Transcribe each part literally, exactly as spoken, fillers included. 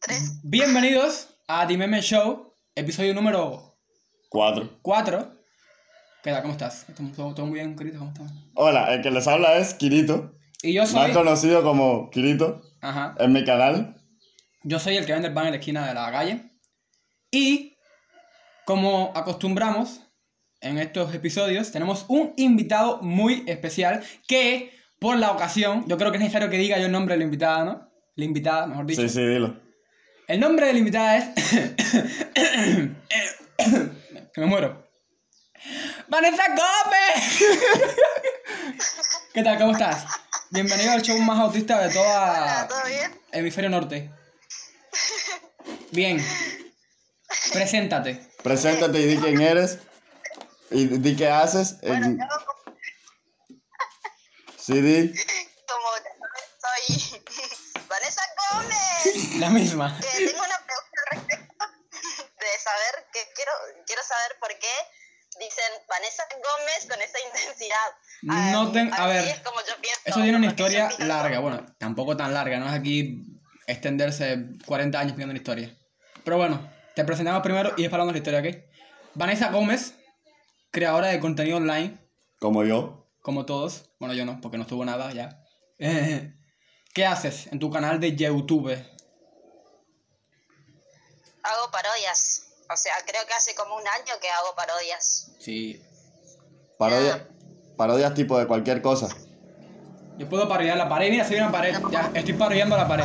Tres. Bienvenidos a The Meme Show, episodio número Cuatro. cuatro. ¿Qué tal? ¿Cómo estás? ¿Todo, todo muy bien, querido? ¿Cómo estás? Hola, el que les habla es Kirito. Y yo Más soy... conocido como Kirito Ajá. en mi canal. Yo soy el que vende el pan en la esquina de la calle. Y, como acostumbramos en estos episodios, tenemos un invitado muy especial que, por la ocasión, yo creo que es necesario que diga yo el nombre de la invitada, ¿no? La invitada, mejor dicho. Sí, sí, dilo. El nombre de la invitada es... que me muero. ¡Vanessa Gómez! ¿Qué tal? ¿Cómo estás? Bienvenido al show más autista de toda... Hola, ¿todo bien? Hemisferio norte. Bien. Preséntate. Preséntate y di quién eres. Y di qué haces. Bueno, En... yo Sí, di. como soy Vanessa Gómez. La misma. Que tengo una pregunta al respecto de saber que quiero, quiero saber por qué dicen Vanessa Gómez con esa intensidad. No ten... A Así ver, es como yo pienso, eso tiene una porque yo historia pienso. larga. Bueno, tampoco tan larga, no es aquí extenderse cuarenta años pidiendo una historia. Pero bueno, te presentamos primero y después hablamos de la historia, ¿ok? Vanessa Gómez, creadora de contenido online, Como yo. como todos. Bueno, yo no, porque no estuvo nada ya. Eh, ¿Qué haces en tu canal de YouTube? Hago parodias. O sea, creo que hace como un año que hago parodias. Sí. Parodia... Parodias tipo de cualquier cosa. Yo puedo parodiar la pared. Mira, soy una pared. Ya, estoy parodiando la pared.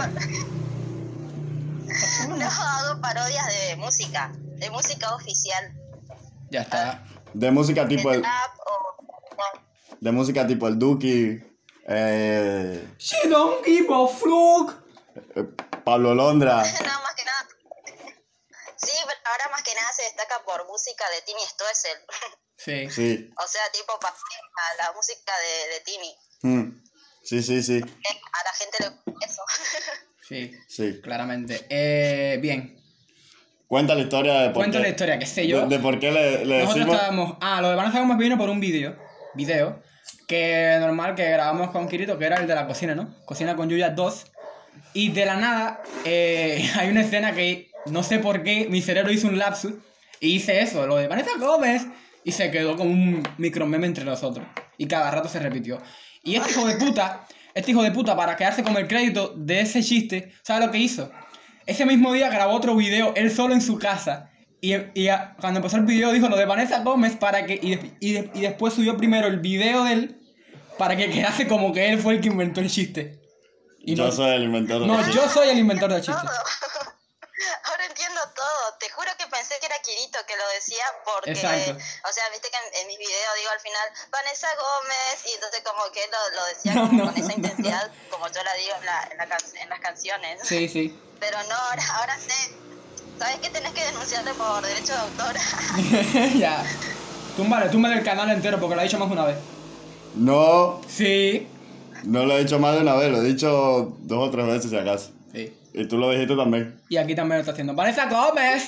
No, hago parodias de música, de música oficial. Ya está. De música De tipo el... trap o... De música tipo el Duki. Eh... She don't give a fuck. eh, Pablo Londra. No, más que nada. Sí, pero ahora más que nada se destaca por música de Tini Stoessel. Sí. Sí. O sea, tipo para la música de, de Tini. Mm. Sí, sí, sí. A la gente le gusta eso. Sí. Sí. Claramente. Eh, bien. Cuenta la historia de por Cuento qué... la historia, qué sé yo. De, de por qué le, le Nosotros decimos... estábamos... Ah, lo de Vanessa Gómez vino por un vídeo. Video. Que normal que grabamos con Kirito, que era el de la cocina, ¿no? Cocina con Yuya dos. Y de la nada, eh, hay una escena que no sé por qué mi cerebro hizo un lapsus. Y hice eso, lo de Vanessa Gómez. Y se quedó como un micromeme entre nosotros. Y cada rato se repitió. Y este hijo de puta, este hijo de puta, para quedarse con el crédito de ese chiste, ¿sabes lo que hizo? Ese mismo día grabó otro video, él solo en su casa. Y, y a- cuando empezó el video dijo lo de Vanessa Gómez para que... Y, de- y, de- y después subió primero el video de él para que quedase como que él fue el que inventó el chiste. Y Yo no, soy el inventor de no, la yo soy el inventor del Todo. chiste. Ahora entiendo todo. Te juro que pensé que era Kirito que lo decía porque... Exacto. O sea, viste que en, en mis videos digo al final Vanessa Gómez y entonces como que lo, lo decía No, como no, con esa no. intensidad como yo la digo en, la, en, la can- en las canciones. Sí, sí. Pero no, ahora, ahora sé. ¿Sabes que tenés que denunciarte por derecho de autor? Ya. Túmbale, túmbale el canal entero porque lo ha dicho más de una vez. No, Sí. no lo he dicho más de una vez, lo he dicho dos o tres veces si acaso. Sí. Y tú lo dijiste también. Y aquí también lo está haciendo. ¡Vanessa Gómez!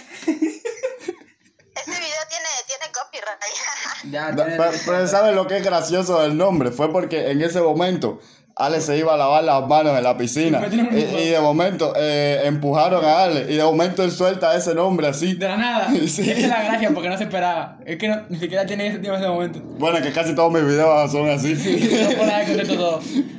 Ese video tiene, tiene copyright. Ya, Da- tiene- Pero, pero ¿sabes lo que es gracioso del nombre? Fue porque en ese momento Ale se iba a lavar las manos en la piscina. Me tiene un Y, hijo. y de momento eh, empujaron a Ale. Y de momento él suelta ese nombre así. De la nada. Sí. Esa es la gracia porque no se esperaba. Es que no- ni siquiera tiene ese tiempo en ese momento. Bueno, que casi todos mis videos son así. No por nada de contexto todo.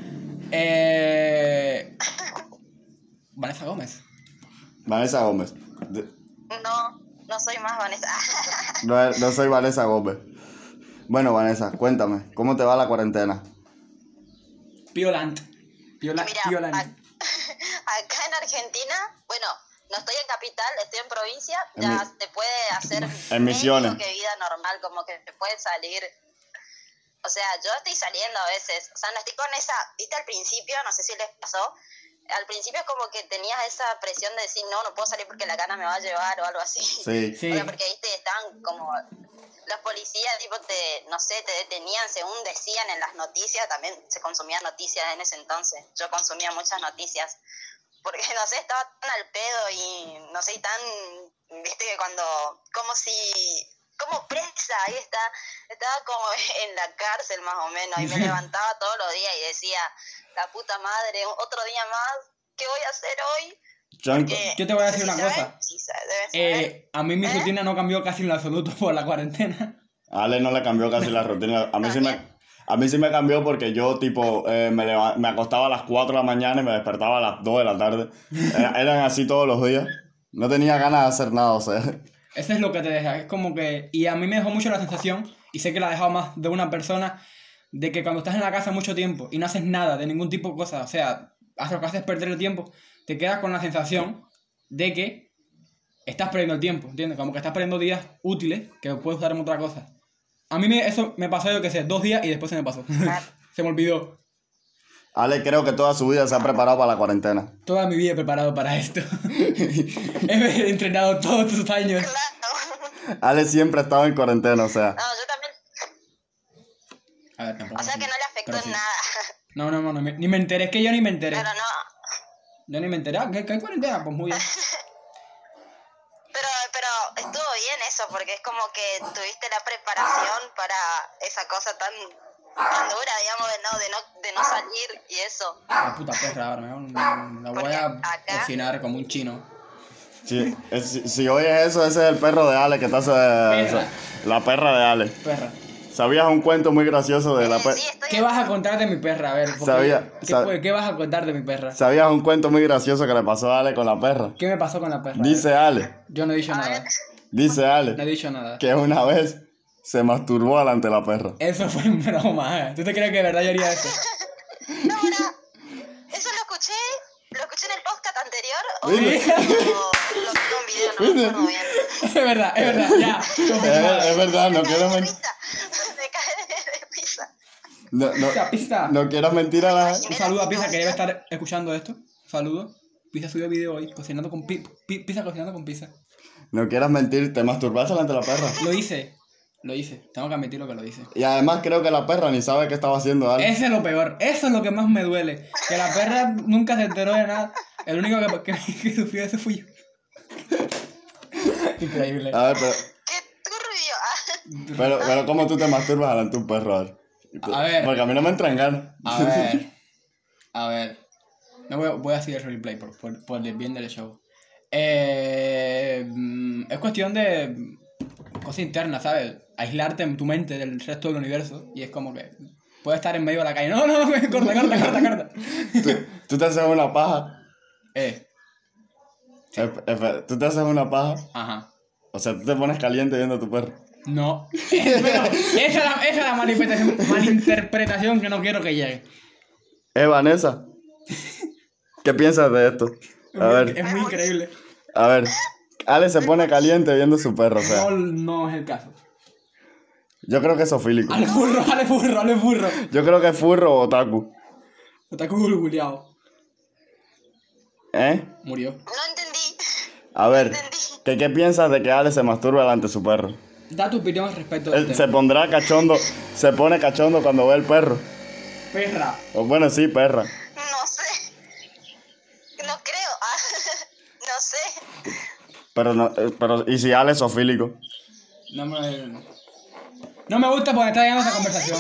Eh... Vanessa Gómez. Vanessa Gómez. De- No, no soy más Vanessa. No, no soy Vanessa Gómez. Bueno, Vanessa, cuéntame, ¿cómo te va la cuarentena? Piolant. Piola, Mira, Piolant. ac- acá en Argentina, bueno, no estoy en capital, estoy en provincia, En ya mi- se puede hacer En Misiones. medio que vida normal, como que se puede salir. O sea, yo estoy saliendo a veces, o sea, no estoy con esa, viste al principio, no sé si les pasó, al principio es como que tenías esa presión de decir, no, no puedo salir porque la gana me va a llevar o algo así. Sí. Sí. O sea, porque viste, estaban como, los policías, tipo, te, no sé, te detenían según decían en las noticias, también se consumían noticias en ese entonces, yo consumía muchas noticias, porque, no sé, estaba tan al pedo y, no sé, y tan, viste, que cuando, como si, como presa, ahí está, estaba como en la cárcel más o menos, y me levantaba todos los días y decía, la puta madre, otro día más, ¿qué voy a hacer hoy? Yo en- Porque, Yo te voy a no sé decir si una saben, cosa. sí sa- deben saber. Eh, a mí mi ¿Eh? rutina no cambió casi en lo absoluto por la cuarentena. A Ale no le cambió casi la rutina. A mí sí me, También. a mí sí me cambió porque yo, tipo, eh, me, leva- me acostaba a las cuatro de la mañana y me despertaba a las dos de la tarde. Era- eran así todos los días. No tenía ganas de hacer nada, o sea. Eso es lo que te deja. Es como que... Y a mí me dejó mucho la sensación, y sé que la ha dejado más de una persona, de que cuando estás en la casa mucho tiempo y no haces nada de ningún tipo de cosa, o sea, haces lo que haces es perder el tiempo, te quedas con la sensación de que estás perdiendo el tiempo, ¿entiendes? Como que estás perdiendo días útiles que puedes usar en otra cosa. A mí me, eso me pasó, yo qué sé, dos días y después se me pasó. Se me olvidó. Ale creo que toda su vida se ha preparado para la cuarentena. Toda mi vida he preparado para esto. He entrenado todos estos años. Claro. Ale siempre ha estado en cuarentena, o sea. No, yo también. A ver, tampoco O sea así, que no le afectó pero en sí. nada. No, no, no, no, me- ni me enteré, es que yo ni me enteré. Pero no. Yo ni me enteré. Ah, ¿qué, qué hay cuarentena? Pues muy bien. Pero, pero estuvo bien eso, porque es como que tuviste la preparación para esa cosa tan, tan dura, digamos, de no, de no, de no salir y eso. La puta perra ahora, me voy- la voy Porque a acá- cocinar como un chino. Si, es- si, si oyes eso, ese es el perro de Ale que está... Perra. La perra de Ale. Perra. ¿Sabías un cuento muy gracioso de la Eh, perra? sí, estoy ¿Qué vas a contar de mi perra? A ver, porque- Sabía- ¿qué, sab- pues, ¿qué vas a contar de mi perra? ¿Sabías un cuento muy gracioso que le pasó a Ale con la perra? ¿Qué me pasó con la perra? Dice Ale, Yo no he dicho A nada. ver. dice No he Ale, dicho nada. que una vez se masturbó delante de la perra. Eso fue en broma, ¿eh? ¿Tú te crees que de verdad yo haría eso? No, mira, eso lo escuché, lo escuché en el podcast anterior o ¿Viste? lo, lo vi en un video, no me acuerdo bien. Es verdad, es verdad, ya. Es, es verdad, no Me quiero, cagué de men- risa, me cagué de, de risa. no, no, Pisa, pisa. no quiero mentir a la... Un saludo a Pisa que debe estar escuchando esto. Saludo. Pisa subió video hoy, cocinando con pi, pi- Pisa cocinando con Pisa. No quieras mentir, te masturbaste delante de la perra. Lo hice, lo hice. Tengo que admitir lo que lo hice. Y además creo que la perra ni sabe qué estaba haciendo Ale. Ese es lo peor, eso es lo que más me duele. Que la perra nunca se enteró de nada. El único que, que, que sufrió eso fui yo. Increíble. A ver, pero, ¡Qué turbio! Ah, pero, pero ¿cómo tú te masturbas delante de un perro? Ale? A ver. Porque a mí no me entran ganas. A ver. A ver. No voy, a- voy a seguir el replay por, por, por el bien del show. Eh, mm, es cuestión de cosa interna, ¿sabes? Aislarte en tu mente del resto del universo. Y es como que puedes estar en medio de la calle. No, no, corta, corta, corta, corta. Tú, tú te haces una paja. Eh, Espe- espe- Tú te haces una paja. ajá. O sea, tú te pones caliente viendo a tu perro. No. Eh, pero esa es la, esa es la malinterpretación, malinterpretación que no quiero que llegue. Eh, Vanessa. ¿Qué piensas de esto? A ver, Es muy increíble. a ver. Ale se pone caliente viendo a su perro, o sea. No, no es el caso. Yo creo que es sofílico. Ale furro, ale furro, ale furro. Yo creo que es furro o otaku. Está culiado. ¿Eh? Murió. no entendí, A ver, entendí. ¿qué, qué piensas de que Ale se masturba delante de su perro? Da tu opinión al respecto del Él tema. se pondrá cachondo, se pone cachondo cuando ve el perro. Perra. O bueno, sí, perra. No sé, no creo, ah, no sé. Pero no, eh, pero ¿y si Ale es sofílico? No me... No me gusta porque está llegando esta conversación.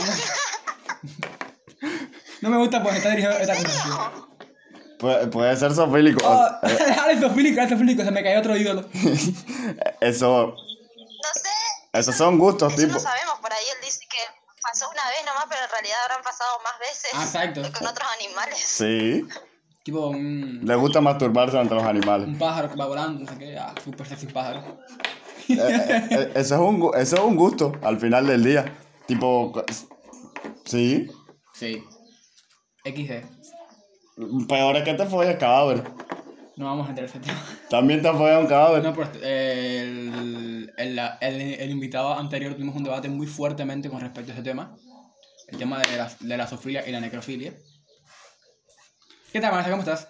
No me gusta porque está dirigiendo esta conversación. Puede, puede ser sofílico. Oh, Eh, Ale sofílico, Ale sofílico, se me cayó otro ídolo. Eso, No sé, esos son gustos, eso tipo. no sabemos, por ahí él dice que pasó una vez nomás, pero en realidad habrán pasado más veces Ah, exacto. con otros animales. Sí. Tipo un, Le gusta masturbarse ante los animales. un pájaro que va volando, no sé qué. Ah, súper sexy pájaro. Eh, eh, eh, eso, es un, gu- eso es un gusto al final del día. Tipo, sí. Sí. equis de. Peor es que te folles cadáver. No vamos a entrar en ese tema. También te follas un cadáver. No, pero eh, el, el, el, el invitado anterior tuvimos un debate muy fuertemente con respecto a ese tema. El tema de la, de la zoofilia y la necrofilia. ¿Qué tal, Vanessa? ¿Cómo estás?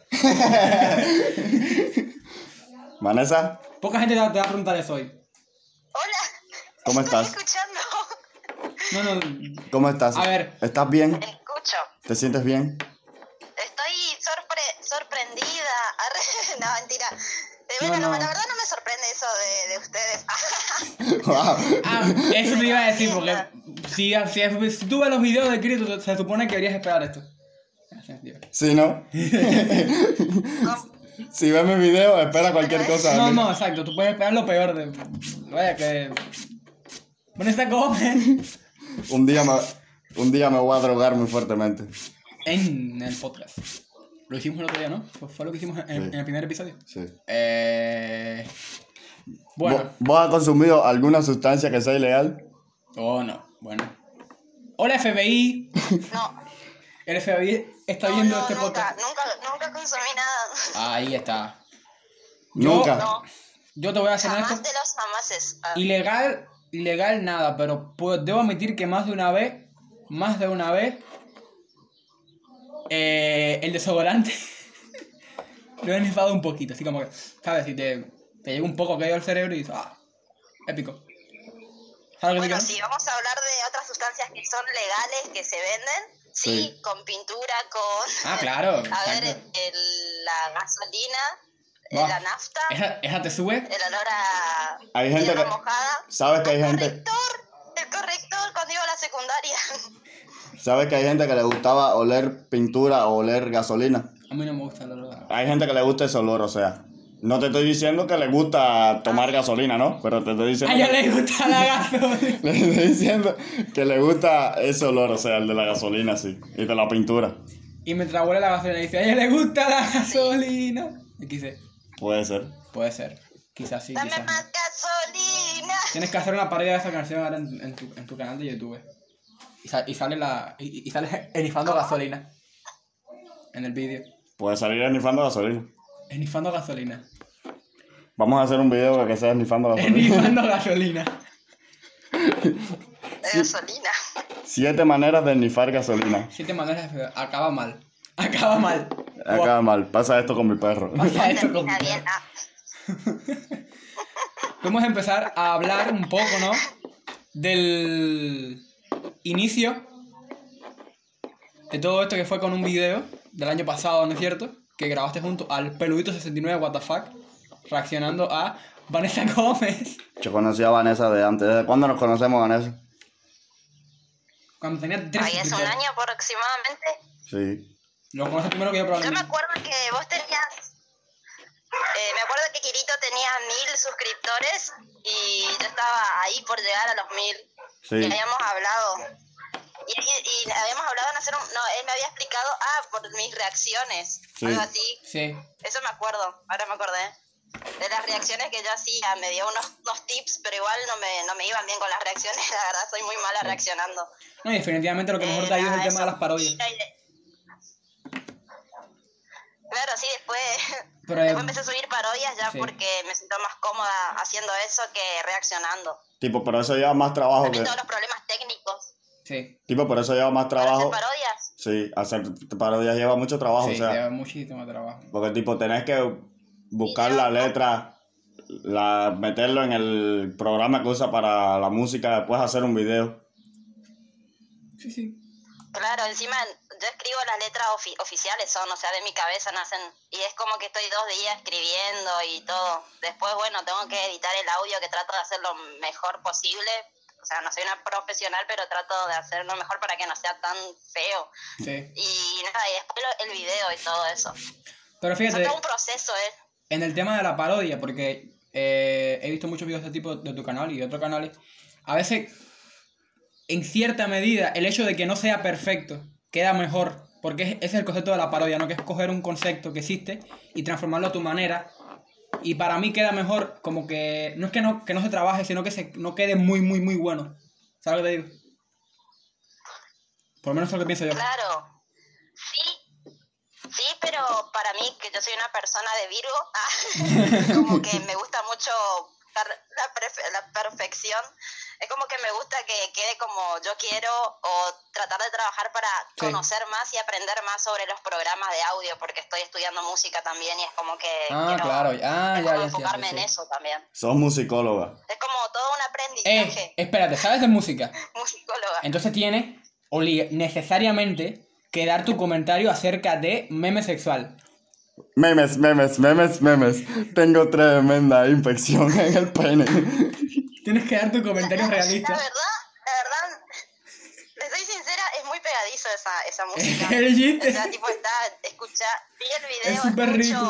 Vanessa, Poca gente te va, te va a preguntar eso hoy. Hola, ¿cómo estoy estás? escuchando. No, no. ¿Cómo estás? A ver. ¿Estás bien? Escucho. ¿Te sientes bien? Estoy sorpre sorprendida. Arre, no, mentira. Eh, No, bueno, no. no, la verdad no me sorprende eso de, de ustedes. Wow. Ah, eso te iba a decir, porque si, si, si tú ves los videos de Kirito, se supone que deberías esperar esto. Sí, ¿no? Com- Si ves mi video, espera cualquier cosa de No, mí. no, exacto, tú puedes esperar lo peor de... Vaya que... Bueno, está comen Un día me, un día me voy a drogar muy fuertemente. en el podcast. Lo hicimos el otro día, ¿no? Fue, fue lo que hicimos en, Sí. en el primer episodio. Sí. Eh... Bueno. ¿Vos, vos has consumido alguna sustancia que sea ilegal? Oh, no. Bueno. Hola, F B I. No, El F B I está no, viendo no, este nunca, podcast. nunca, nunca consumí nada. Ahí está. Yo- Nunca. No, Yo te voy a hacer jamás esto. de los jamases. Ah, Ilegal, ilegal nada, pero puedo- debo admitir que más de una vez, más de una vez, eh, el desodorante lo he nifado un poquito, así como que, ¿sabes? Si te, te llega un poco caído al cerebro y dices, ah, épico. ¿Sabes lo que Bueno, te digo? si vamos a hablar de otras sustancias que son legales, que se venden, sí, Sí. con pintura, con... Ah, claro, A ver, exacto. el- la gasolina, Buah. la nafta, Esa, esa te sube. el olor a Hay gente tierra que- mojada. ¿Sabes que hay el gente- corrector, el corrector cuando iba a la secundaria. ¿Sabes que hay gente que le gustaba oler pintura o oler gasolina? A mí no me gusta el olor a... Hay gente que le gusta ese olor, o sea. No te estoy diciendo que le gusta tomar gasolina, ¿no? Pero te estoy A diciendo... ella que- le gusta la gasolina. Le estoy diciendo que le gusta ese olor, o sea, el de la gasolina, sí. Y de la pintura. Y mientras huele la gasolina dice, a ella le gusta la gasolina. Y quise, Puede ser. puede ser. Quizás sí, Dame quizás no. más gasolina. Tienes que hacer una parodia de esa canción ahora en, en tu, en tu canal de YouTube. Y, sa- y sale la. Y, y sale enifando gasolina. En el vídeo. Puede salir esnifando gasolina. Enifando gasolina. Vamos a hacer un video que sea esnifando gasolina. Enifando gasolina. De gasolina. Siete maneras de esnifar gasolina. Siete maneras de... Acaba mal. Acaba mal. Acá mal. Pasa esto con mi perro. Pasa esto con... Termina bien. Ah, Vamos a empezar a hablar un poco, ¿no? Del inicio de todo esto que fue con un video del año pasado, ¿no es cierto? Que grabaste junto al Peludito sesenta y nueve What the Fuck, reaccionando a Vanessa Gómez. Yo conocí a Vanessa de antes. ¿Desde cuándo nos conocemos, Vanessa? Cuando tenía tres ahí es un suscriptores. año aproximadamente. Sí. Lo conoces primero que yo Yo me probablemente. acuerdo que vos tenías... eh, me acuerdo que Kirito tenía mil suscriptores y yo estaba ahí por llegar a los mil. Sí. Y habíamos hablado. Y, y- y habíamos hablado en hacer un... No, él me había explicado, ah, por mis reacciones. Sí. Algo así. Sí. Eso me acuerdo, ahora me acordé. De las reacciones que yo hacía, me dio unos, unos tips, pero igual no me, no me iban bien con las reacciones, la verdad, soy muy mala Sí. reaccionando. No, y definitivamente lo que mejor Eh, te ayuda es el nada, tema de eso. las parodias. Y- y- Claro, sí, después, Pero, eh, después empecé a subir parodias ya sí. porque me siento más cómoda haciendo eso que reaccionando. Tipo, pero eso lleva más trabajo También que... todos los problemas técnicos. Sí. Tipo, por eso lleva más Para hacer trabajo. parodias, Sí, hacer parodias lleva mucho trabajo, Sí, o sea... lleva muchísimo trabajo. Porque tipo, tenés que buscar Y yo- la letra, la, meterlo en el programa que usa para la música, después hacer un video. Sí, sí. claro, encima yo escribo las letras ofi- oficiales son, o sea, de mi cabeza nacen, y es como que estoy dos días escribiendo y todo. Después, bueno, tengo que editar el audio, que trato de hacer lo mejor posible. O sea, no soy una profesional, pero trato de hacer lo mejor para que no sea tan feo. Sí. Y nada, y después lo- el video y todo eso. Pero Es fíjate, todo un proceso, ¿eh? en el tema de la parodia, porque eh, he visto muchos videos de este tipo de tu canal y de otros canales, a veces, en cierta medida, el hecho de que no sea perfecto queda mejor, porque es- ese es el concepto de la parodia, ¿no? Que es coger un concepto que existe y transformarlo a tu manera. Y para mí queda mejor como que, no es que no, que no se trabaje, sino que se, no quede muy, muy, muy bueno. ¿Sabes lo que te digo? Por lo menos es lo que pienso yo. Claro. Sí, sí, pero para mí, que yo soy una persona de Virgo, ah, como que me gusta mucho per- la, perfe- la perfección. Es como que me gusta que quede como yo quiero, o tratar de trabajar para Sí. conocer más y aprender más sobre los programas de audio, porque estoy estudiando música también y es como que Ah, quiero claro. Ah, es ya, como ya enfocarme entiendo, en sí. eso también. Sos musicóloga. Es como todo un Eh, aprendizaje. espérate, ¿sabes de música? Musicóloga. Entonces tienes obli- necesariamente que dar tu comentario acerca de meme sexual. Memes, memes, memes, memes. Tengo tremenda infección en el pene. Tienes que dar tu comentario La realista. verdad, la verdad, les soy sincera, es muy pegadizo esa, esa música. ¿Qué dijiste? O sea, tipo, está, escucha, vi el video, Es súper escucho ridícula.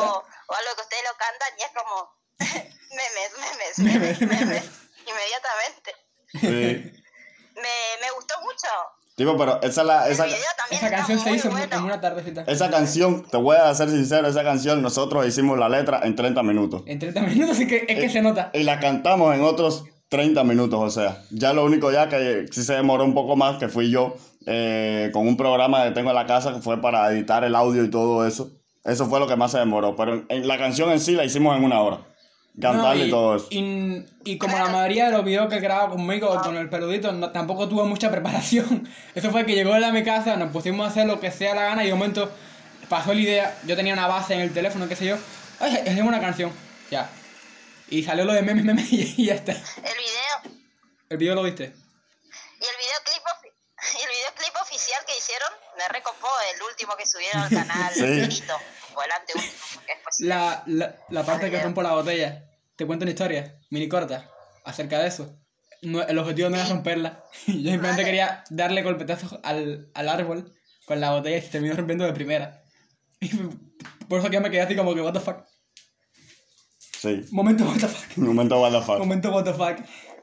o algo que ustedes lo cantan y es como memes, memes, Memes, memes, memes. memes, inmediatamente. Sí. Me, me gustó mucho. Tipo, pero esa es la... El Esa, video también Esa está canción se muy hizo en- bueno. en una tardecita. esa canción, te voy a ser sincero, esa canción nosotros hicimos la letra en treinta minutos. En treinta minutos, así que es que Eh, se nota. Y la cantamos en otros treinta minutos, o sea. Ya lo único ya que sí se demoró un poco más, que fui yo eh, con un programa que tengo en la casa que fue para editar el audio y todo eso. Eso fue lo que más se demoró. Pero en, en la canción en sí la hicimos en una hora. Cantarle No, y, todo eso. Y, y como la mayoría de los videos que grababa conmigo con el peludito, no, tampoco tuvo mucha preparación. Eso fue que llegó él a mi casa, nos pusimos a hacer lo que sea la gana y de momento pasó la idea. Yo tenía una base en el teléfono, qué sé yo. Oye, hacemos una canción. Ya. Y salió lo de memes, memes y ya está. El video ¿El video lo viste? y el videoclip ofi- y el videoclip oficial que hicieron me recopó el último que subieron al canal Sí. enterito, o el anteúltimo, porque después La, la, la parte que rompo la botella. Te cuento una historia, mini corta, acerca de eso. No, el objetivo no era romperla. Yo simplemente Vale. quería darle golpetazos al, al árbol con la botella y se terminó rompiendo de primera. Y por eso que me quedé así como que, what the fuck. Sí. Momento, what the fuck. Un momento what the fuck. Momento, what the fuck.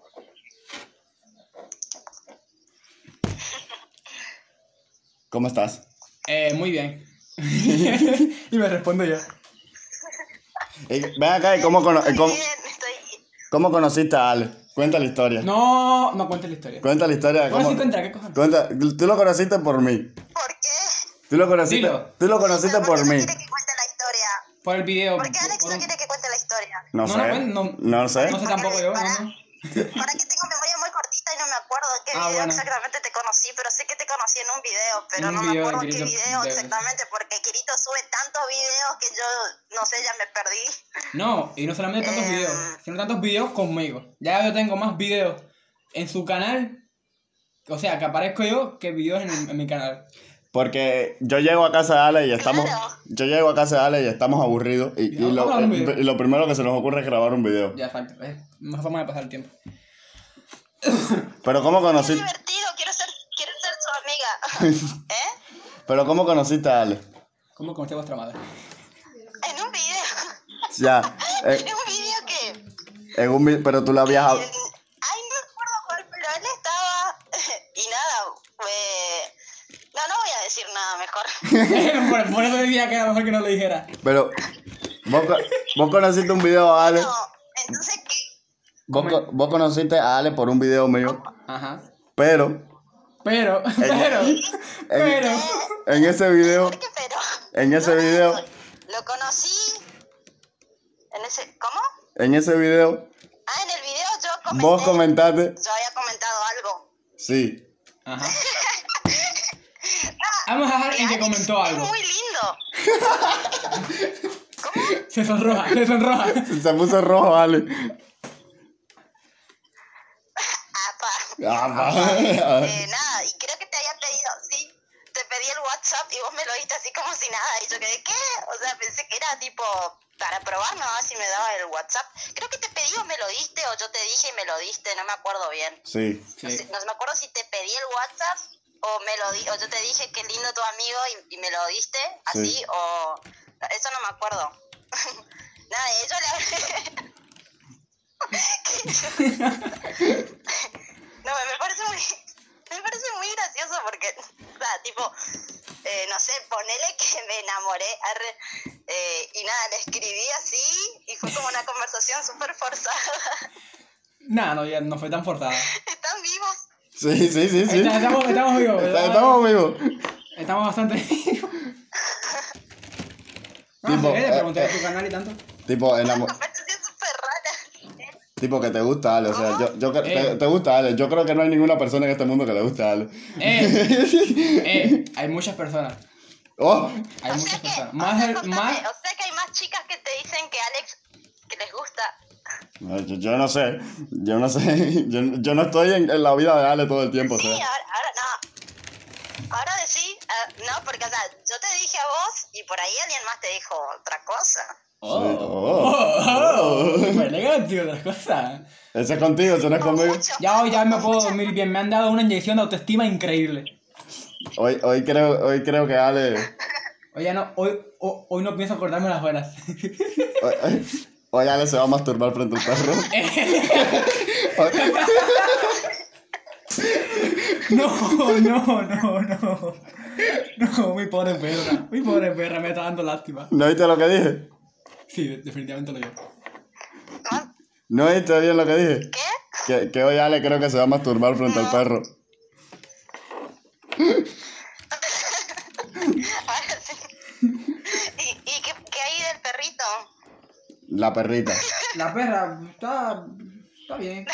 ¿Cómo estás? Eh, muy bien. Y me respondo yo. Y ven acá, ¿y cómo, cono- estoy cómo, bien, estoy cómo conociste a Ale? Cuenta la historia. No, no cuentes la historia. Cuenta la historia de ¿Cómo cómo... se encuentra? ¿Qué cojones? Cuenta, tú lo conociste por mí. ¿Por qué? Tú lo conociste, Dilo. tú lo conociste ¿Por por qué no mí. quiere que cuente la historia? Por el video. ¿Por qué Alex por no un- quiere que cuente la historia? No, No, sé. no, no, No, no. sé. No sé tampoco yo. No, no. Ahora que tengo memoria muy cortita y no me acuerdo de qué Ah, video bueno. exactamente te conocí, pero sé que te conocí en un video, pero En un no video me de acuerdo qué Kirito video de- exactamente, porque Kirito sube tantos videos que yo, no sé, ya me perdí. No, y no solamente tantos Em. videos, sino tantos videos conmigo. Ya yo tengo más videos en su canal, o sea, que aparezco yo, que videos en, en mi canal. Porque yo llego a casa de Ale y estamos... Claro. Yo llego a casa de Ale y estamos aburridos. Y, y, Vamos a lo, grabar un video. y lo primero que se nos ocurre es grabar un video. Ya, exacto, es mejor forma de pasar el tiempo. Pero ¿cómo Es conociste, divertido, quiero ser, quiero ser su amiga. ¿Eh? pero ¿cómo conociste a Ale? ¿Cómo conocí a vuestra madre? En un video. Ya, eh, En un video que... en un vi- pero tú la habías... hab- Ay, no me acuerdo cuál, pero él estaba... Y nada, fue... No, no voy a decir nada mejor. por, por eso decía que era mejor que no lo dijera. Pero... ¿Vos, co- vos conociste un video a Ale? No, entonces, ¿qué? Vos, co- vos conociste a Ale por un video mío. Ajá. Pero... Pero, pero, pero. En ese video... ¿Por qué pero? En ese No, no, video... no, Lo conocí... En ese... ¿Cómo? En ese video... Ah, en el video yo comenté... Vos comentaste... Yo había comentado algo. Sí. Ajá. Vamos a dejar en que Alex, comentó algo. Es muy lindo. ¿Cómo? Se sonroja, se sonroja. Se puso rojo, Ale. Apa. Ah, va. Eh, nada, y creo que te había pedido, sí, te pedí el WhatsApp y vos me lo diste así como si nada, y yo quedé, ¿qué? O sea, pensé que era tipo para probar, no, si me daba el WhatsApp. Creo que te pedí o me lo diste, o yo te dije y me lo diste, no me acuerdo bien. Sí. No, Sí. sé, no me acuerdo si te pedí el WhatsApp o me lo di, o yo te dije qué lindo tu amigo y, y me lo diste, así, Sí. o... Eso no me acuerdo. Nada, de ello le No, me parece muy... Me parece muy gracioso porque, o sea, tipo, eh, no sé, ponele que me enamoré arre, eh, y nada, le escribí así y fue como una conversación súper forzada. Nah, no, ya no fue tan forzada. ¿Están vivos? Sí, sí, sí, sí. Está- Estamos, estamos vivos. Está- Estamos vivos. Estamos bastante vivos. No, Tipo, sí, le eh, pregunté de eh. tu canal y tanto. Tipo, Una enamo- conversación súper rara. tipo que te gusta Ale, o sea, yo, yo cre- te, Eh. te gusta Ale. Yo creo que no hay ninguna persona en este mundo que le guste a Ale. Eh, eh, hay muchas personas. Oh, Hay O muchas sea que, personas. o Más, sea, el- contame, más, o sea que hay más chicas que te dicen que Alex, que les gusta. yo, yo no sé, yo no sé, yo, yo no estoy en, en la vida de Ale todo el tiempo, o Sí, sea. ahora, ahora no. Ahora de sí, ah, no, porque, o sea, yo te dije a vos y por ahí alguien más te dijo otra cosa. oh, Sí, oh, oh. oh, fue elegante otras cosas. Ese es contigo, ese no es conmigo. Mucho. Ya hoy ya me puedo dormir bien. Me han dado una inyección de autoestima increíble. Hoy, hoy creo, hoy creo que Ale, Oye, no, hoy, hoy, hoy no pienso cortarme las venas. Hoy, hoy Ale se va a masturbar frente al perro. No, no, no, no. No, mi pobre perra. Mi pobre perra, me está dando lástima. ¿No oíste lo que dije? Sí, definitivamente lo digo. ¿No? ¿No oíste bien lo que dije? ¿Qué? Que, que hoy Ale creo que se va a masturbar frente al perro. Ahora sí. ¿Y, y qué, qué hay del perrito? La perrita. La perra está. Está bien.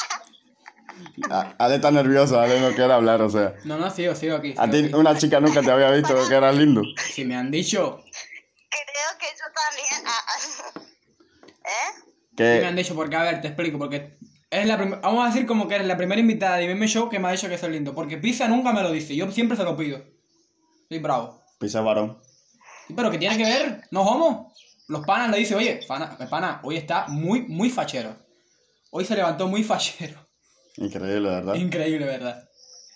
A- Ale está nervioso, Ale no quiere hablar, o sea. No, no, sigo, sigo aquí. A sigo ti aquí. una chica nunca te había visto que eras lindo. Si me han dicho. Creo que yo también. Ah, ah. ¿Eh? Si me han Que dicho, porque a ver, te explico, porque es la prim- vamos a decir como que eres la primera invitada de M M Show que me ha dicho que soy lindo, porque Pizza nunca me lo dice, yo siempre se lo pido. Soy bravo. pisa varón. Pero ¿qué tiene que ver? ¿No homo? Los panas le dicen, oye, pana, pana, hoy está muy, muy fachero. Hoy se levantó muy fachero. Increíble, ¿verdad? Increíble, ¿verdad?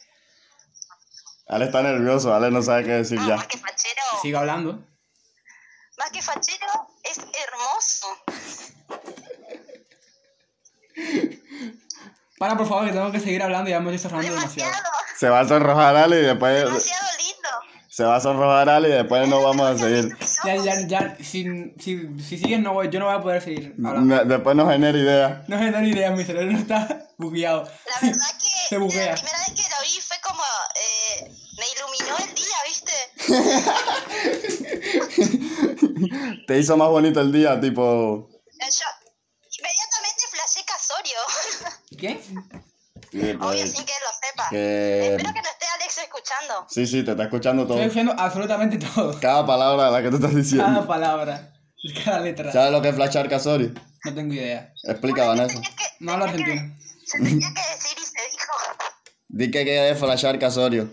Ale está nervioso, Ale no sabe qué decir No, ya. más que fachero. Sigo hablando. Más que fachero, es hermoso. Para, por favor, que tengo que seguir hablando y ya me estoy hablando demasiado. Demasiado. Se va a sonrojar Ale y después... Demasiado lindo. Se va a sonrojar Ale y después no vamos a seguir. Ya, ya, ya, si, si, si sigues, no voy, yo no voy a poder seguir hablando. Ne- Después nos genera idea. No me da ni idea, mi cerebro está bugueado. La verdad que Se buguea. la primera vez que lo vi fue como... Eh, me iluminó el día, ¿viste? Te hizo más bonito el día, tipo... Yo inmediatamente flashé Casorio. ¿Qué? Sí, Obvio, pues, sin que él lo sepa. que... Espero que no esté Alex escuchando. Sí, sí, te está escuchando todo. Estoy diciendo absolutamente todo. Cada palabra de la que tú estás diciendo. Cada palabra. Cada letra. ¿Sabes lo que es flashar Casorio? No tengo idea. Explica, Vanessa. Tenía que- No hablo tenía que- argentino. Se tenía que decir y se dijo. Di que qué es flashar Casorio.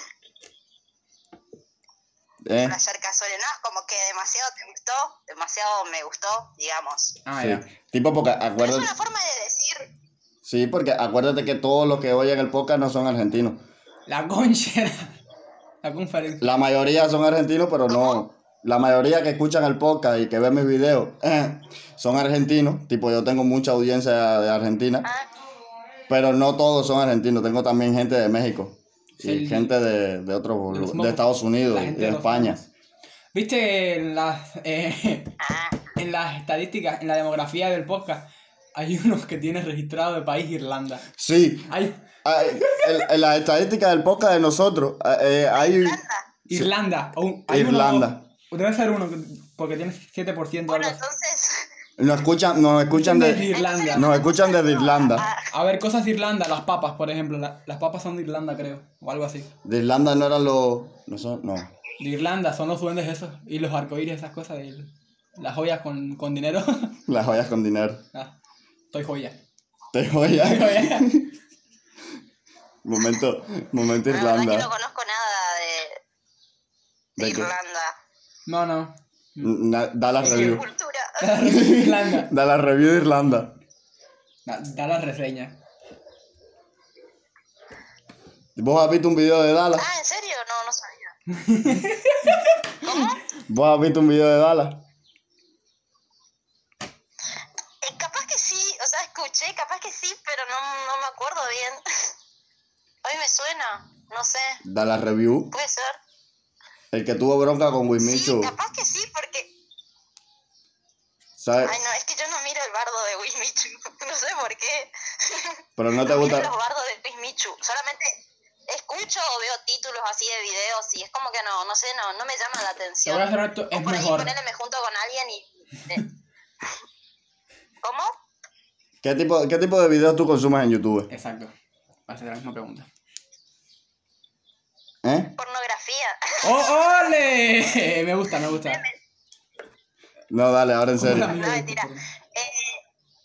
¿Eh? Flashar Casorio, no, es como que demasiado te gustó, demasiado me gustó, digamos. Ah, Sí. ya. Tipo porque Pero es acuérdate... una forma de decir. Sí, porque acuérdate que todos los que oyen el podcast no son argentinos. La conchera. La conferencia. La mayoría son argentinos, pero no... La mayoría que escuchan el podcast y que ven mis videos eh, son argentinos. Tipo, yo tengo mucha audiencia de Argentina. Ah, Pero no todos son argentinos. Tengo también gente de México. Y Sí. gente de, de otros... De los De, mocos. Estados Unidos La y gente de de los España. mocos. ¿Viste en las, eh, ah, en las estadísticas, en la demografía del podcast? Hay unos que tienen registrado de país Irlanda. Sí. Hay Hay- en, en las estadísticas del podcast de nosotros eh, hay... Irlanda. Irlanda. o un- hay Irlanda. Uno, debe ser uno, porque tiene siete por ciento. Bueno, algo así. entonces. Nos escuchan, nos escuchan Desde de... Irlanda. Nos escuchan desde Irlanda. Ah, A ver, cosas de Irlanda, las papas, por ejemplo. la- las papas son de Irlanda, creo. O algo así. De Irlanda no eran los... No son... No. De Irlanda son los duendes esos. Y los arcoíris, esas cosas. De, las joyas con, con dinero. Las joyas con dinero. Ah, estoy joya. Te Estoy joya. joya. Momento, momento la verdad que no Irlanda. conozco nada de, de ¿De qué? Irlanda. No, no. Na- Da la De review. cultura. Irlanda. Da la review de Irlanda. Da, da la reseña. ¿Vos has visto un video de Dallas? Ah, ¿en serio? No, no sabía. ¿Cómo? ¿Vos has visto un video de Dallas? Eh, capaz que sí, o sea, escuché, capaz que sí, pero no, no me acuerdo bien. Hoy me suena, no sé, Da la review. puede ser. El que tuvo bronca con Sí, Wismichu. capaz que sí, porque... ¿Sabes? Ay, no, es que yo no miro el bardo de Wismichu, no sé por qué. Pero no te No miro gusta... los bardos de Wismichu, solamente escucho o veo títulos así de videos y es como que no, no sé, no, no me llama la Te atención. voy a hacer esto, O es por ahí mejor. ponele, me junto con alguien y... eh, ¿Cómo? ¿Qué tipo, ¿Qué tipo de videos tú consumes en YouTube? Exacto. Va a ser la misma pregunta. ¿Eh? Pornografía. ¡Oh, ole! Me gusta, me gusta. No, dale, ahora en serio. Hola, amigo. No, mentira. Eh...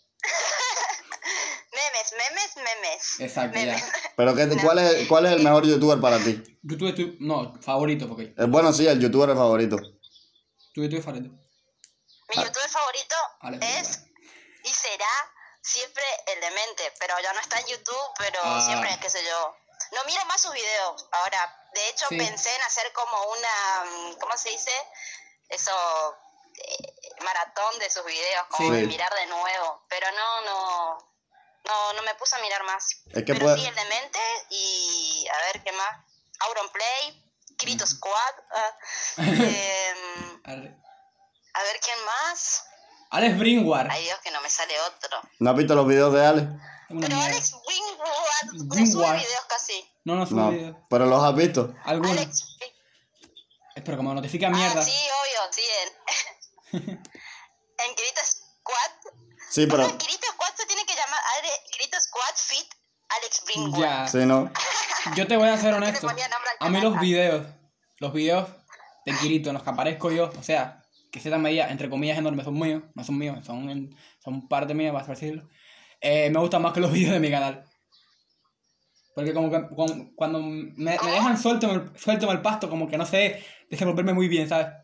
memes, memes, memes. Exacto, ya. memes. Pero qué, ¿cuál, es, ¿cuál es el mejor youtuber para ti? YouTube es tu... No, favorito, porque... Eh, bueno, sí, el youtuber favorito. Tu YouTube es favorito. Mi youtuber favorito Ale, es y será siempre el demente, pero ya no está en YouTube, pero Ah. siempre, qué sé yo, No miro más sus videos ahora. De hecho, Sí. pensé en hacer como una, ¿cómo se dice? Eso, eh, maratón de sus videos, como Sí. de mirar de nuevo. Pero no, no, no, no me puse a mirar más. Es que Pero puede- sí, el Demente y a ver qué más. Auronplay, Kirito Squad. ah, em, Ale- a ver quién más. Alex Brinward. Ay Dios, que no me sale otro. ¿No has visto los videos de Ale? Es una Pero mierda. Alex Wingward no sube Wingward. videos casi. No, no sube No, videos. pero los has visto. Algunos. Alex. Pero como notifica mierda. Ah, sí, obvio, sí. En, en Kirito Squad. Sí, pero... O sea, Kirito Squad se tiene que llamar Ale- Kirito Squad Fit Alex Wingward. Ya. Sí, ¿no? Yo te voy a ser ¿Por qué le honesto. ponía nombre al A mí canal? los videos, los videos de Kirito en los que aparezco yo, o sea, que cierta medida, entre comillas, enormes, son míos, no son míos, son, en- son parte mía, vas a decirlo. Eh, me gustan más que los vídeos de mi canal. Porque como que con- cuando me, me dejan suelto, en el- suelto en el pasto, como que no sé desenvolverme muy bien, ¿sabes?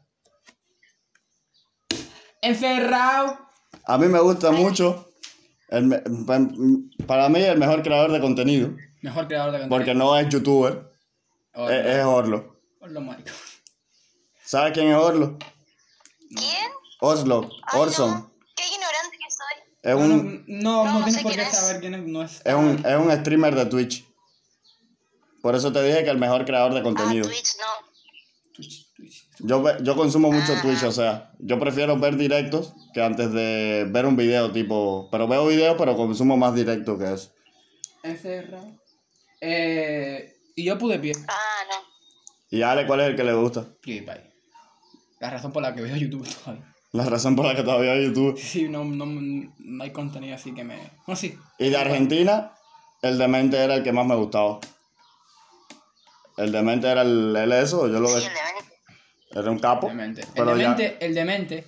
Encerrado. A mí me gusta mucho. el me- pa- para mí, el mejor creador de contenido. Mejor creador de contenido. Porque no es youtuber, Oh, es, es Orlo. Orlo, marico. ¿Sabes quién es Orlo? ¿Quién? Oslo, Ay, Orson. no. Qué ignorante que soy. Es No, no, un, no, No, no no tienes sé por qué quién es. saber quién es, no es. es, un, es un streamer de Twitch. Por eso te dije que el mejor creador de Ah, contenido. Twitch, no. Twitch, Twitch. Yo, ve- yo consumo mucho Ah. Twitch, o sea, yo prefiero ver directos que antes de ver un video tipo... Pero veo videos, pero consumo más directo que eso. Encerrado. Eh, y yo pude pie. Ah, no. ¿Y Ale cuál es el que le gusta? PewDiePie. La razón por la que veo YouTube todavía. La razón por la que todavía hay YouTube. Sí, no, no, no hay contenido así que me... No, sí. Y de Argentina, el demente era el que más me gustaba. El demente era el, el eso, yo lo Sí, ve. el demente. Era un capo. Demente. El Pero ya- demente, el demente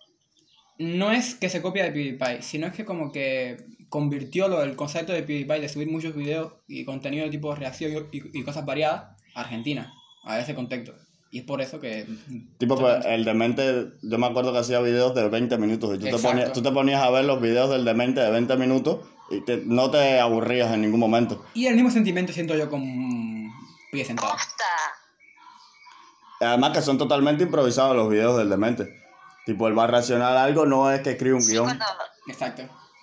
no es que se copia de PewDiePie, sino es que como que convirtió lo del concepto de PewDiePie de subir muchos videos y contenido de tipo reacción y, y cosas variadas a Argentina, a ese contexto. Y es por eso que... Tipo, pues, el demente, yo me acuerdo que hacía videos de veinte minutos y tú te, Exacto. ponías, tú te ponías a ver los videos del demente de veinte minutos y te- no te aburrías en ningún momento. Y el mismo sentimiento siento yo con Pie Sentado. Posta. Además que son totalmente improvisados los videos del demente. Tipo, él va a reaccionar a algo, no es que escribe un Sí, guión. cuando Exacto.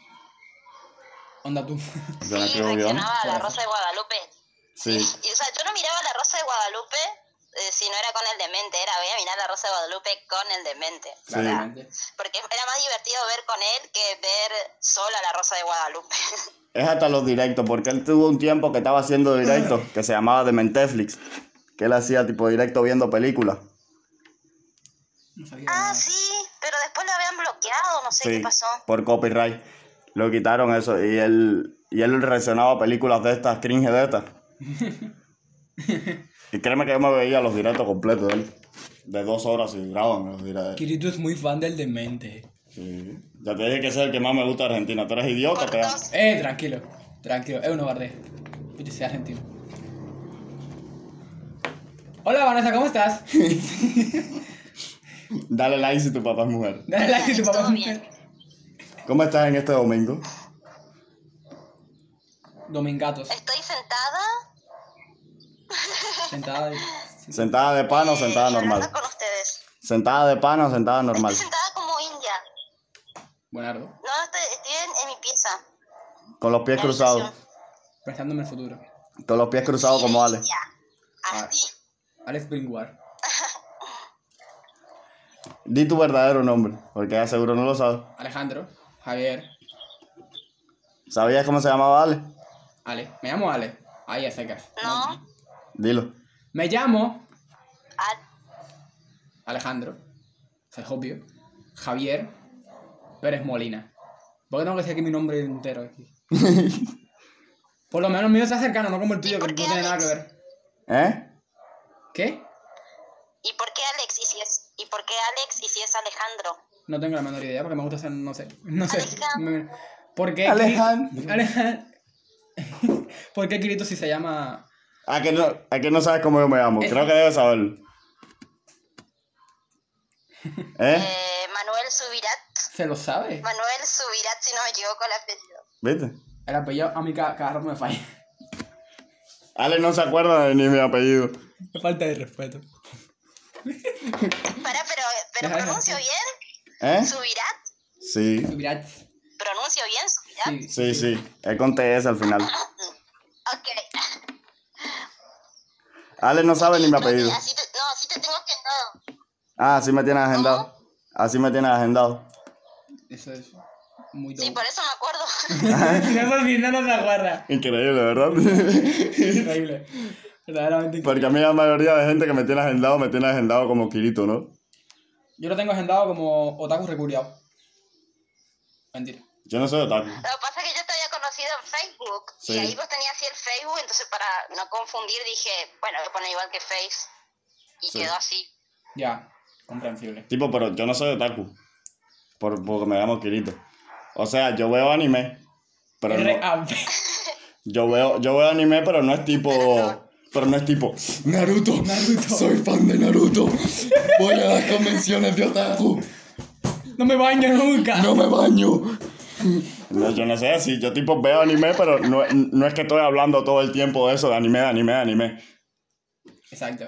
Onda tú. Yo no sí, escribo guión. reaccionaba a la Por eso. Rosa de Guadalupe. Sí. Y, o sea, yo no miraba la Rosa de Guadalupe eh, si no era con el demente, era voy a mirar la Rosa de Guadalupe con el demente. Sí. Claramente. Porque era más divertido ver con él que ver sola la Rosa de Guadalupe. Es hasta los directos, porque él tuvo un tiempo que estaba haciendo directos, que se llamaba Dementeflix, que él hacía tipo directo viendo películas. No sabía Ah, nada. sí, pero después lo habían bloqueado, no sé Sí, qué pasó. por copyright. Lo quitaron eso, y él, y él reaccionaba a películas de estas, cringe de estas. Y créeme que yo me veía los directos completos de él, de dos horas y graban los directos. Kirito es muy fan del demente. Sí. Ya te dije que ese es el que más me gusta de Argentina. ¿Tú eres idiota? Te amo. Cortos. Eh, tranquilo. Tranquilo. Es uno bardé. Yo soy argentino. Hola, Vanessa, ¿cómo estás? Dale like si tu papá es mujer. Dale like si tu papá Todo es bien. mujer. ¿Cómo estás en este domingo? Domingatos. Estoy sentada Sentada ahí. ¿Sentada de pan o eh, sentada y hablando normal? con ustedes. ¿Sentada de pan o sentada normal? Estoy sentada como india. Buenardo. No, estoy, estoy en, en mi pieza. Con los pies en la cruzados. habitación. Pensándome en el futuro. Con los pies cruzados Sí, como Ale. india. Así. Alex Bringward. Di tu verdadero nombre, porque ya seguro no lo sabes. Alejandro. Javier. ¿Sabías cómo se llamaba Ale? Ale. Me llamo Ale. Ahí a secas. No. Dilo. Me llamo Ah, Alejandro. Eso es obvio. Javier Pérez Molina. ¿Por qué tengo que decir aquí mi nombre entero aquí? Por lo menos el mío está cercano, no como el tuyo, ¿Y que por no qué tiene nada que Alex? ver. ¿Eh? ¿Qué? ¿Y por qué Alex y si es y por qué Alex y si es Alejandro? No tengo la menor idea porque me gusta hacer, no sé. No sé. Alejandro. Me- ¿Por qué? Alejandro. Alejandro. ¿Por qué Kirito si se llama... ¿A que no, a que no sabes cómo yo me llamo? Es- Creo que debes saberlo. ¿Eh? Eh, Manuel Subirat. ¿Se lo sabe? Manuel Subirat, si no me equivoco el apellido. ¿Viste? El apellido a mí cada, cada rato me falla. Ale no se acuerda de ni mi apellido. Falta de respeto. Pará, pero, pero Deja, deja, pronuncio deja. bien. ¿Eh? ¿Subirat? Sí, Subirat. ¿Pronuncio bien Subirat? Sí, sí, sí. Es con T S al final. Ok. Ale no sabe ni mi No, apellido. te- así te, no, así te tengo agendado. Ah, así me tienes agendado. Así me tienes agendado. Eso es muy Sí, dope. por eso me acuerdo. Eso sí, no nos acuerda. Increíble, ¿verdad? Increíble. Verdaderamente Porque increíble. a mí la mayoría de gente que me tiene agendado, me tiene agendado como Kirito, ¿no? Yo lo tengo agendado como otaku reculiado. Mentira. Yo no soy otaku. Lo que pasa es que yo te había conocido en Facebook. Sí. Y ahí vos tenías así el Facebook. Entonces, para no confundir, dije, bueno, voy a poner igual que Face. Y Sí. quedó así. Ya, comprensible. Tipo, pero yo no soy otaku. Por, porque me llamo Kirito. O sea, yo veo anime. Pero R no, A P. yo veo, yo veo anime, pero no es tipo... Pero no es tipo... Naruto. Naruto. Soy fan de Naruto. Voy a las convenciones de otaku. No me baño nunca. No me baño. No, yo no sé así. Yo tipo veo anime, pero no, no es que estoy hablando todo el tiempo de eso, de anime, de anime, de anime. Exacto.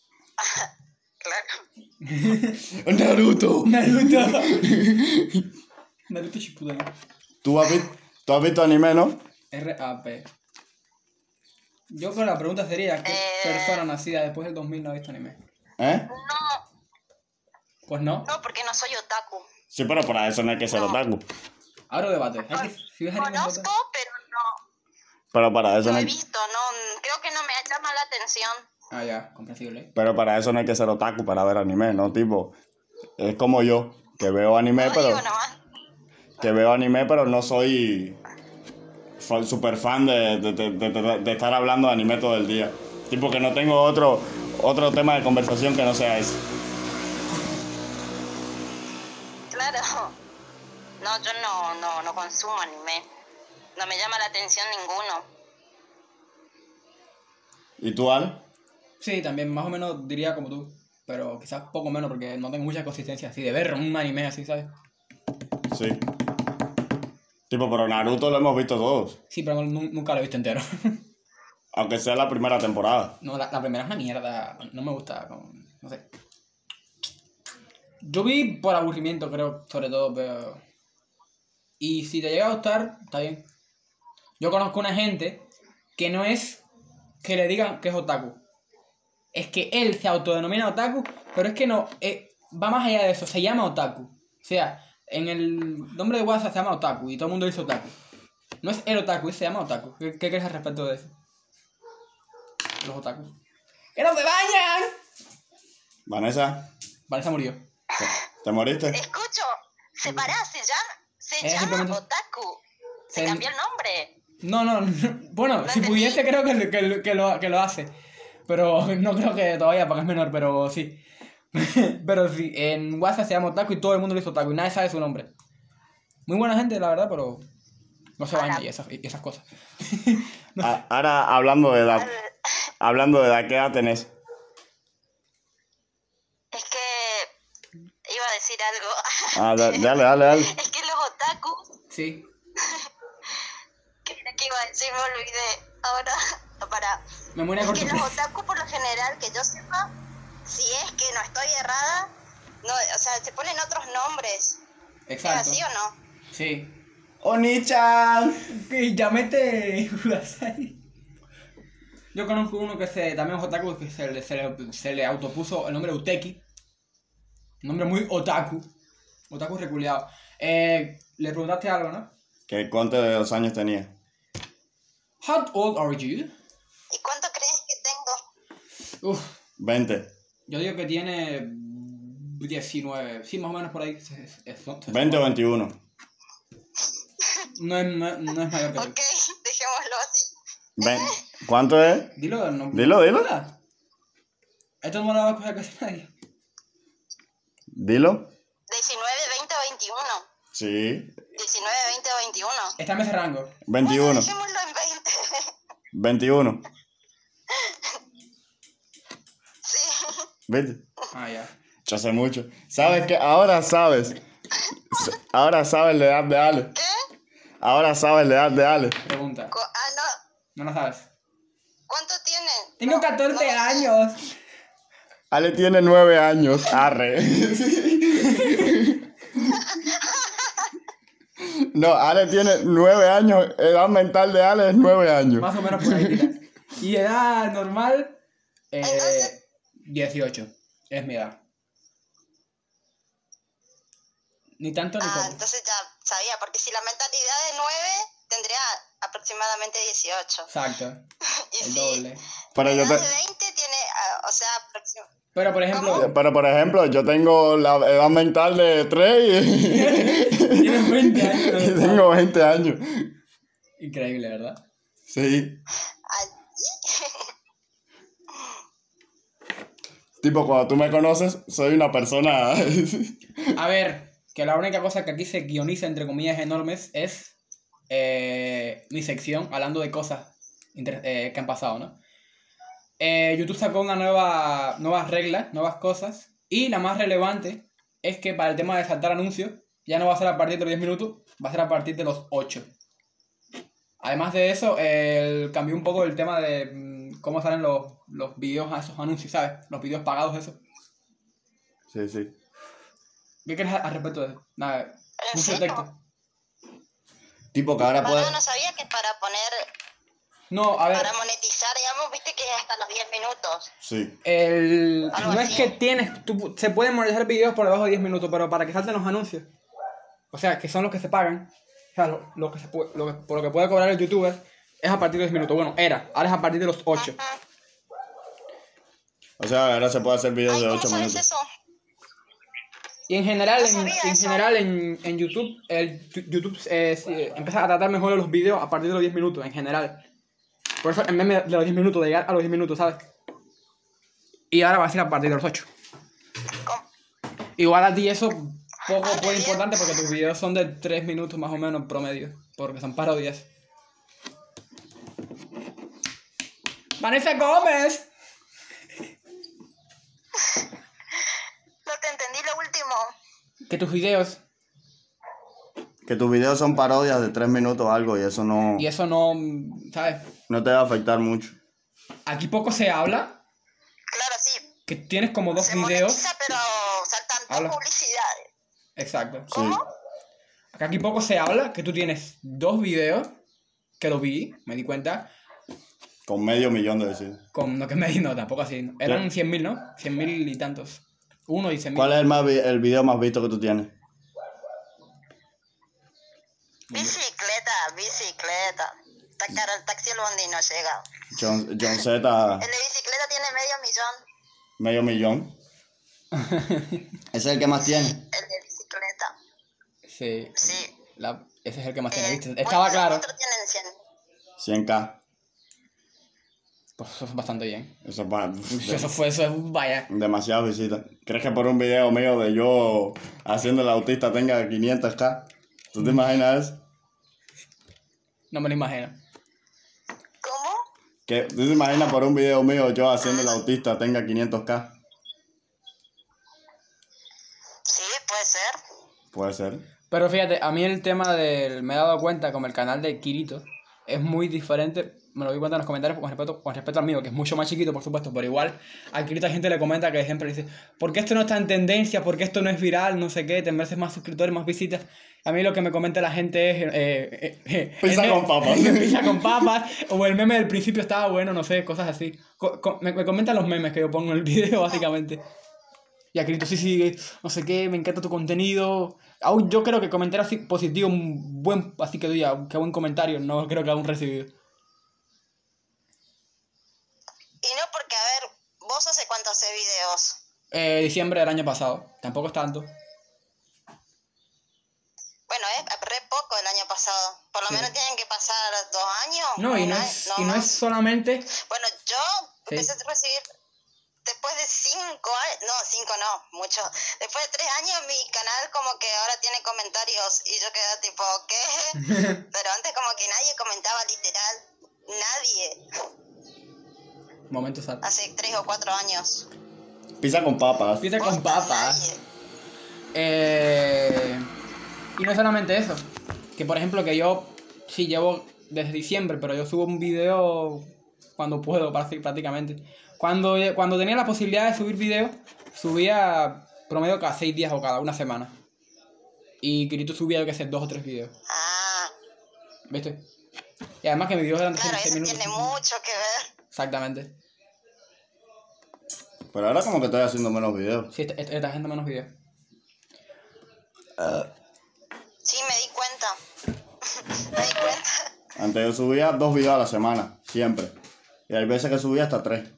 Claro. Naruto. Naruto. Naruto Shippuden. ¿Tú has, vi- ¿Tú has visto anime, no? R A P. Yo creo que la pregunta sería, ¿qué Eh. persona nacida después del dos mil no ha visto anime? ¿Eh? No, Pues no. no, porque no soy otaku. Sí, pero para eso no hay que ser No. otaku. Abro debate. Hay que, si ves anime, Conozco, otaku. pero no, Pero para eso no no he hay... visto. No, creo que no me llama la atención. Ah, ya, comprensible. Pero para eso no hay que ser otaku para ver anime, ¿no? Tipo, es como yo, que veo anime, Lo pero... digo nomás. Que veo anime, pero no soy fa- super fan de, de, de, de, de- de estar hablando de anime todo el día. Tipo que no tengo otro, otro tema de conversación que no sea ese. Claro. No, yo no, no, no consumo anime. No me llama la atención ninguno. ¿Y tú, Ale? Sí, también más o menos diría como tú. Pero quizás poco menos porque no tengo mucha consistencia así de ver un anime así, ¿sabes? Sí. Tipo, pero Naruto lo hemos visto todos. Sí, pero nu- nunca lo he visto entero. Aunque sea la primera temporada. No, la, la primera es una mierda. No me gusta. Como, no sé. Yo vi por aburrimiento, creo, sobre todo, pero... Y si te llega a gustar, está bien. Yo conozco una gente que no es que le digan que es otaku. Es que él se autodenomina otaku, pero es que no, eh, va más allá de eso, se llama otaku. O sea, en el nombre de WhatsApp se llama otaku y todo el mundo dice otaku. No es el otaku, se llama otaku. ¿Qué, qué crees al respecto de eso? Los otakus. ¡Que no se bañan! Vanessa, Vanessa murió. ¿te moriste? Escucho, se pará, se llama, se Eh, llama simplemente- otaku. Se Se- cambió el nombre. No, no, no. Bueno, No si entendí. pudiese creo que, lo- que, lo- que, lo, que lo hace. Pero no creo que todavía porque es menor, pero sí. Pero sí, en WhatsApp se llama otaku y todo el mundo le dice otaku y nadie sabe su nombre. Muy buena gente, la verdad, pero no se baña y esas, y esas cosas. A- ahora, hablando de edad. Al- Hablando de edad, ¿qué edad tenés? Es que iba a decir algo. Ah, da- dale, dale, dale. Es que los otakus, Sí. ¿qué era que iba a decir? Me olvidé. Ahora, para. Memoria Es que corto. los otakus, por lo general, que yo sepa, si es que no estoy errada, no, o sea, se ponen otros nombres. ¿Es Exacto. así o no? Sí. Oni-chan. Y ya mete Urasai. Yo conozco uno que se, también es otaku, que se le, se, le, se le autopuso el nombre de Uteki. Un nombre muy otaku. Otaku reculeado. Eh, le preguntaste algo, ¿no? ¿Qué cuánto de dos años tenía? How old are you? ¿Y cuánto crees que tengo? Uf, veinte. yo digo que tiene diecinueve. Sí, más o menos por ahí. Es- es- es- veinte o veintiuno. No es, no, es- no es mayor que tú. Ok, dejémoslo así. Ven. ¿Cuánto es? Dilo, no. Dilo, dilo. ¿Verdad? Esto no lo va a coger casi nadie. Dilo. diecinueve, veinte o veintiuno. Sí. diecinueve, veinte o veintiuno. Está en ese rango. Bueno, veintiuno. dejémoslo en veinte. veintiuno. Sí. ¿Viste? Ah, ya. Yo sé mucho. ¿Sabes qué? Ahora sabes. S- Ahora sabes la edad de Ale. ¿Qué? Ahora sabes la edad de Ale. Pregunta. Co- ah, no. No lo sabes. ¿Cuánto Tengo catorce años. Ale tiene nueve años. Arre. No, Ale tiene nueve años. Edad mental de Ale es nueve años. Más o menos por ahí, tira. Y edad normal, eh, Entonces- dieciocho. Es mi edad. Ni tanto ni Ah, poco. entonces ya sabía, porque si la mentalidad es nueve, tendría aproximadamente dieciocho. Exacto. Y El si doble. Pero la yo edad te... de veinte tiene, ah, o sea, aproximadamente... Pero por ejemplo, ¿Cómo? Pero por ejemplo, yo tengo la edad mental de tres y... tienes veinte años. y tengo veinte años. Increíble, ¿verdad? Sí. Allí. Tipo, cuando tú me conoces, soy una persona... A ver, que la única cosa que aquí se guioniza, entre comillas enormes, es eh, mi sección hablando de cosas inter- eh, que han pasado, ¿no? Eh, YouTube sacó una nueva, nuevas reglas, nuevas cosas, y la más relevante es que para el tema de saltar anuncios, ya no va a ser a partir de los diez minutos, va a ser a partir de los ocho. Además de eso, el, cambió un poco el tema de mm, cómo salen los, los videos a esos anuncios, ¿sabes? Los videos pagados, eso. Sí, sí. ¿Qué crees al respecto de eso? Nada, ¿En mucho serio? texto. Tipo que ahora Bueno, puede... no sabía que para poner, No, a ver, para monetizar, digamos, viste que es hasta los diez minutos. Sí. el, Algo no es así. que tienes, tú, se pueden monetizar videos por debajo de diez minutos, pero para que salten los anuncios, o sea, que son los que se pagan, o sea, lo, lo que se puede, lo que, por lo que puede cobrar el youtuber, es a partir de diez minutos. Bueno, era, ahora es a partir de los ocho. Ajá. O sea, ahora se puede hacer videos Ay, de ¿cómo ocho sabes minutos. eso? Y en general, No en, sabía en eso. general en, en YouTube, el tu- YouTube eh, sí, empieza a tratar mejor los videos a partir de los diez minutos, en general. Por eso el meme de los diez minutos, de llegar a los diez minutos, ¿sabes? Y ahora va a ser a partir de los ocho. ¿Cómo? Igual a ti eso poco Ah, fue bien. importante porque tus videos son de tres minutos más o menos en promedio, porque son parodias. ¡Vanessa Gómez! No te entendí lo último. Que tus videos, Que tus videos son parodias de tres minutos o algo y eso no, y eso no, ¿sabes? no te va a afectar mucho. Aquí poco se habla, Claro, sí. que tienes como dos Se videos. monetiza, pero saltan dos Habla. publicidades. Exacto. Sí. ¿Cómo? Acá aquí poco se habla, que tú tienes dos videos, que lo vi, me di cuenta, Con medio millón de visitas. con, no que me di, no, tampoco así, ¿no? Eran ¿Qué? cien mil, ¿no? cien mil y tantos. Uno y cien mil. ¿Cuál es el, más vi- el video más visto que tú tienes? Bicicleta, bicicleta. Está caro el taxi, el bondi no llega. John, John Z, El de bicicleta tiene medio millón. medio millón. Ese es el que más tiene. El de bicicleta. Sí, Sí. la- ese es el que más tiene, Eh, ¿viste? bueno, Estaba los claro. otros tienen cien. cien K. Pues eso es bastante bien. Eso es pa- Eso fue, eso es, vaya. demasiadas visitas. ¿Crees que por un video mío de yo haciendo el autista tenga quinientos K? ¿Tú te imaginas eso? No me lo imagino. ¿Cómo? ¿Qué? ¿Tú te imaginas por un video mío yo haciendo el autista tenga quinientos K? Sí, puede ser. Puede ser. Pero fíjate, a mí el tema del... Me he dado cuenta, como el canal de Kirito, es muy diferente. Me lo di cuenta en los comentarios con respecto, con respecto al mío, que es mucho más chiquito, por supuesto, pero igual a Kirito la gente le comenta que siempre dice, ¿por qué esto no está en tendencia? ¿Por qué esto no es viral? No sé qué, te mereces más suscriptores, más visitas. A mí lo que me comenta la gente es... Eh, eh, eh, Pizza el me- con papas. Pizza con papas. O el meme del principio estaba bueno, no sé, cosas así. Co- co- me, me comentan los memes que yo pongo en el video, básicamente. Y a Kirito sí, sí, no sé qué, me encanta tu contenido. Aún yo creo que comentario así positivo, un buen, así que diga, qué buen comentario, no creo que aún recibido. Y no porque, a ver, vos hace cuánto haces videos. Eh, diciembre del año pasado, tampoco es tanto. Bueno, es re poco el año pasado. Por lo Sí. menos tienen que pasar dos años. No, y un no año, es, y no es más. solamente... Bueno, yo Sí. empecé a recibir después de cinco años, no, cinco no, mucho. Después de tres años mi canal como que ahora tiene comentarios y yo quedé tipo, ¿qué? Pero antes como que nadie comentaba literal, nadie, Momentos sad. hace tres o cuatro años. Pizza con papas. Pizza con Posta, papas. nadie. Eh, y no es solamente eso. Que por ejemplo que yo sí llevo desde diciembre, pero yo subo un video cuando puedo, prácti- prácticamente. Cuando, cuando tenía la posibilidad de subir vídeos, subía promedio cada seis días o cada una semana. Y Kirito subía, yo qué sé, dos o tres vídeos. Ah, ¿Viste? Y además que mis vídeos eran de claro, seis eso minutos. tiene mucho que ver. Exactamente. Pero ahora como que estoy haciendo menos videos. Sí, est- est- estás haciendo menos vídeos. Sí, me di cuenta. me di cuenta. Antes yo subía dos videos a la semana, siempre. Y hay veces que subía hasta tres.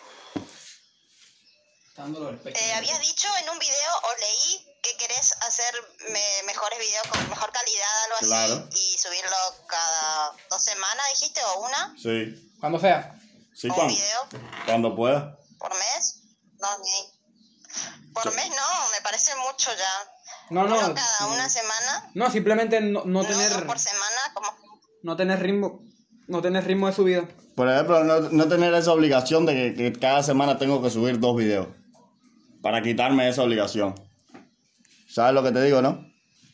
Está dándolo del pecho. Eh, habías dicho en un video o leí que querés hacer me- mejores videos con mejor calidad, algo Claro. así, y subirlo cada dos semanas, dijiste, o una, Sí. Cuando sea. Sí, o un cuando, video cuando pueda. por mes. No, ni ahí. Por Sí. mes no, me parece mucho ya. No, no. Uno cada sí. una semana, No, simplemente no, no no tener. dos por semana, como... No tener ritmo. No tener ritmo de subida. Por ejemplo, no, no tener esa obligación de que, que cada semana tengo que subir dos videos. Para quitarme esa obligación. ¿Sabes lo que te digo, no?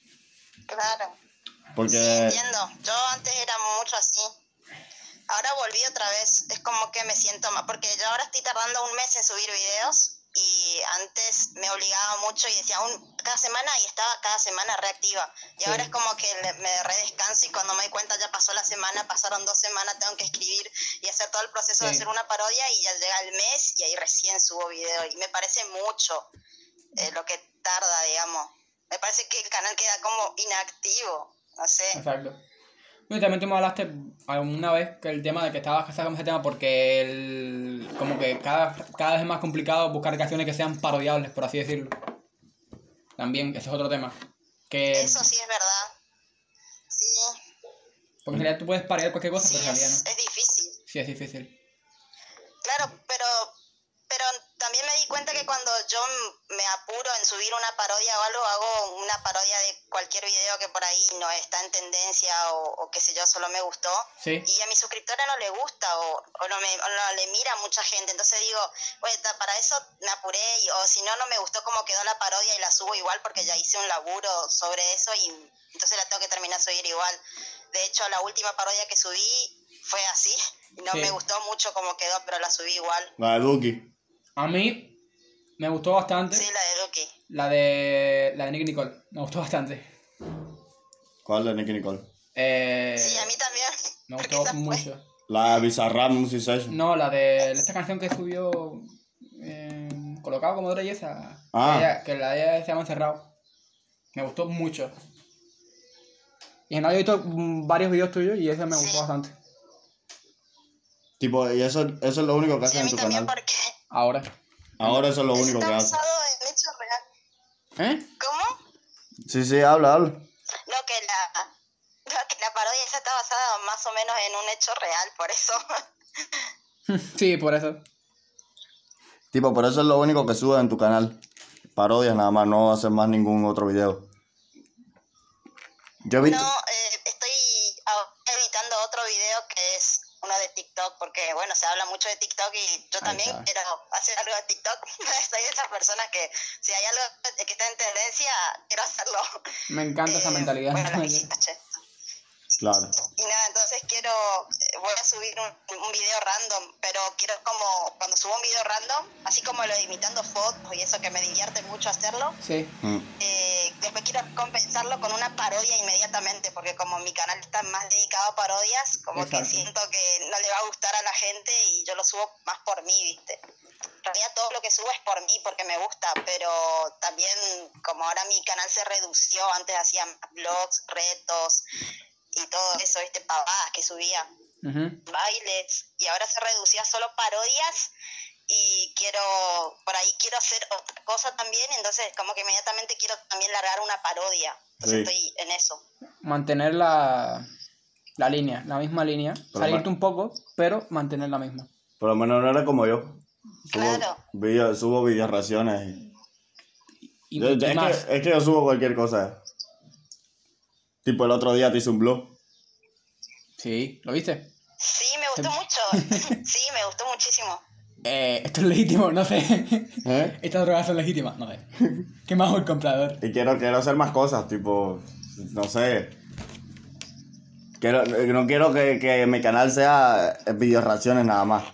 Claro. Porque... Sí, entiendo. Yo antes era mucho así. Ahora volví otra vez. Es como que me siento más. Porque yo ahora estoy tardando un mes en subir videos. Y antes me obligaba mucho y decía un, cada semana y estaba cada semana reactiva. Y Sí. ahora es como que le- me redescanso y cuando me doy cuenta ya pasó la semana, pasaron dos semanas, tengo que escribir y hacer todo el proceso de Sí. hacer una parodia y ya llega el mes y ahí recién subo video. Y me parece mucho eh, lo que tarda, digamos. Me parece que el canal queda como inactivo. No sé. Exacto. Bueno, y también tú me hablaste alguna vez que el tema de que estabas casado con ese tema porque el, como que cada, cada vez es más complicado buscar canciones que sean parodiables, por así decirlo. También, ese es otro tema. Que, Eso sí es verdad. Sí, porque en realidad tú puedes parodiar cualquier cosa, sí, pero en realidad es, no. es difícil. Sí, es difícil. Claro, pero, pero también me di cuenta que cuando yo m- me apuro en subir una parodia o algo, hago una parodia de cualquier video que por ahí no está en tendencia o, o qué sé yo, solo me gustó. Sí. Y a mi suscriptora no le gusta o, o no, me, o no le mira mucha gente. Entonces digo, bueno, ta- para eso me apuré y, o si no, no me gustó cómo quedó la parodia y la subo igual porque ya hice un laburo sobre eso y entonces la tengo que terminar de subir igual. De hecho, la última parodia que subí fue así. Y no Sí. me gustó mucho cómo quedó, pero la subí igual. La de Duki. A mí me gustó bastante Sí, la de Duki. la de la de Nicky Nicole. Me gustó bastante. ¿Cuál de Nicky Nicole? Eh, Sí, a mí también. me Porque gustó esa fue. mucho. La de Bizarrap Music Session. No, la de esta canción que subió eh, colocado como Dre y esa. Ah. Ella- que la de ella se llama Encerrado. Me gustó mucho. Y no, yo he visto mm, varios videos tuyos y ese me Sí. gustó bastante. Tipo, y eso, eso es lo único que Sí, haces a en mí tu también canal. porque Ahora. Ahora eso es lo eso único está que haces. basado en hechos reales. ¿Eh? ¿Cómo? Sí, sí, habla, habla. No, que la, no, que la parodia esa está basada más o menos en un hecho real, por eso. Sí, por eso. Tipo, por eso es lo único que subes en tu canal. Parodias nada más, no haces más ningún otro video. Yo he visto... No, eh, estoy ahora editando otro video que es uno de TikTok, porque bueno, se habla mucho de TikTok y yo Ahí también está. quiero hacer algo de TikTok. Soy de esas personas que si hay algo que está en tendencia, quiero hacerlo. Me encanta esa Eh, mentalidad. Bueno, las visitas, che. Claro. Y nada, entonces quiero, eh, voy a subir un, un video random, pero quiero como, cuando subo un video random, así como lo de imitando fotos y eso que me divierte mucho hacerlo, Sí. Mm. eh, después quiero compensarlo con una parodia inmediatamente, porque como mi canal está más dedicado a parodias, como Exacto. que siento que no le va a gustar a la gente y yo lo subo más por mí, ¿viste? En realidad todo lo que subo es por mí, porque me gusta, pero también como ahora mi canal se redució, antes hacía más vlogs, retos y todo eso, ¿viste? Pavadas que subía, Ujú. bailes, y ahora se reducía a solo parodias y quiero, por ahí quiero hacer otra cosa también, entonces como que inmediatamente quiero también largar una parodia, entonces Sí. estoy en eso. Mantener la, la línea, la misma línea. Pero Salirte ma- un poco, pero mantener la misma. Por lo menos no eres como yo. Subo, Claro. video, subo video reacciones. y- Y, Yo- y yo- es, más. que, es que yo subo cualquier cosa. Tipo, el otro día te hice un blog. Sí, ¿lo viste? Sí, me gustó mucho, sí, me gustó muchísimo. Eh, esto es legítimo, no sé. ¿Eh? Estas drogas son legítimas, no sé. ¿Qué más el comprador? Y quiero, quiero hacer más cosas, tipo, no sé. Quiero, no quiero que, que mi canal sea video reacciones nada más.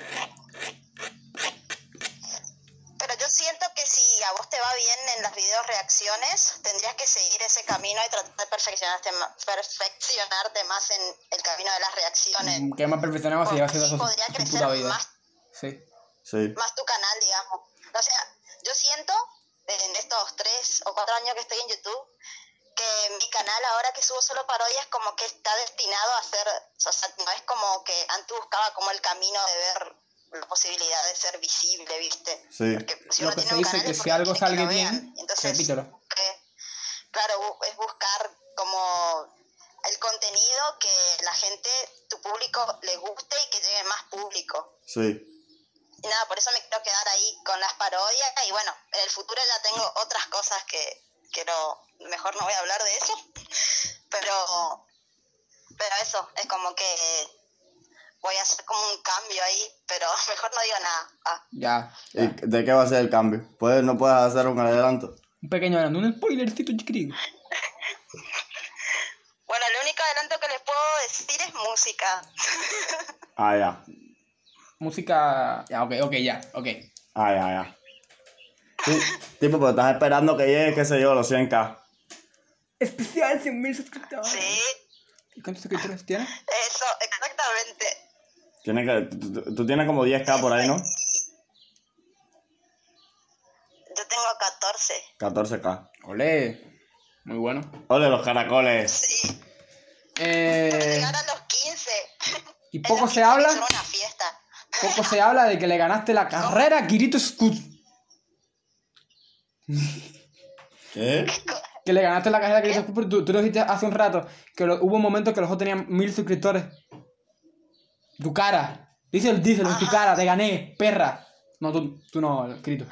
Pero yo siento que si a vos te va bien en las video reacciones, tendrías que seguir ese camino y tratar de perfeccionarte, ma- perfeccionarte más en el camino de las reacciones. Que más perfeccionado si Porque lleva haciendo así su, podría su crecer puta vida. más, Sí. Sí. más tu canal, digamos. O sea, yo siento en estos tres o cuatro años que estoy en YouTube que mi canal ahora que subo solo parodias como que está destinado a ser, o sea, no es como que antes buscaba como el camino de ver la posibilidad de ser visible, ¿viste? Sí. Porque si Lo uno que tiene se un dice canal que es si porque algo quiere que sale lo bien, vean. Entonces, repítelo. que, claro, bu- es buscar como el contenido que la gente, tu público le guste y que llegue más público. Sí. Y nada, por eso me quiero quedar ahí con las parodias y bueno, en el futuro ya tengo otras cosas que quiero, mejor no voy a hablar de eso, pero, pero eso, es como que voy a hacer como un cambio ahí, pero mejor no digo nada. Ah. Ya. ¿Y de qué va a ser el cambio? ¿Puedes, no puedes hacer un adelanto? Un pequeño adelanto, un spoilercito chiquitito. Bueno, el único adelanto que les puedo decir es música. Ah, ya. Música. Ya, ok, ok, ya, ok. Ah, ya, ya. Sí, tipo, pero estás esperando que llegue, qué sé yo, los cien k. Especial cien mil suscriptores. Sí, ¿Y cuántos suscriptores tienes? eso, exactamente. Tiene que, tú, tú- tú tienes como diez k por ahí, ¿no? Yo tengo catorce. catorce k. Olé. Muy bueno. Ole, los caracoles. Sí, Eh, llegar a los quince. y En poco los se quince habla. que son una fiesta. Poco se habla de que le ganaste la carrera a Kirito Scoot. ¿Qué? Que le ganaste la carrera a Kirito Scoot, pero tú, tú lo dijiste hace un rato. Que lo- hubo un momento que los otros tenían mil suscriptores. Tu cara. Díselo, díselo en tu Ajá. cara, te gané, perra. No, tú, tú no, Kirito.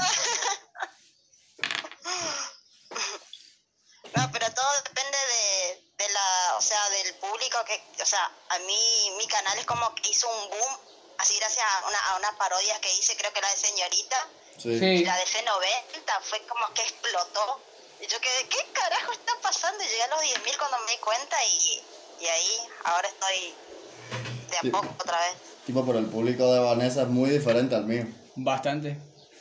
No, pero todo depende de, de la, o sea, del público que, o sea, a mí mi canal es como que hizo un boom, así gracias a, una, a unas parodias que hice, creo que la de Señorita, Sí. Sí. y la de G noventa, fue como que explotó. Y yo quedé, ¿qué carajo está pasando? Y llegué a los diez mil cuando me di cuenta y, y ahí, ahora estoy de a Sí. poco otra vez. Tipo, pero el público de Vanessa es muy diferente al mío. Bastante.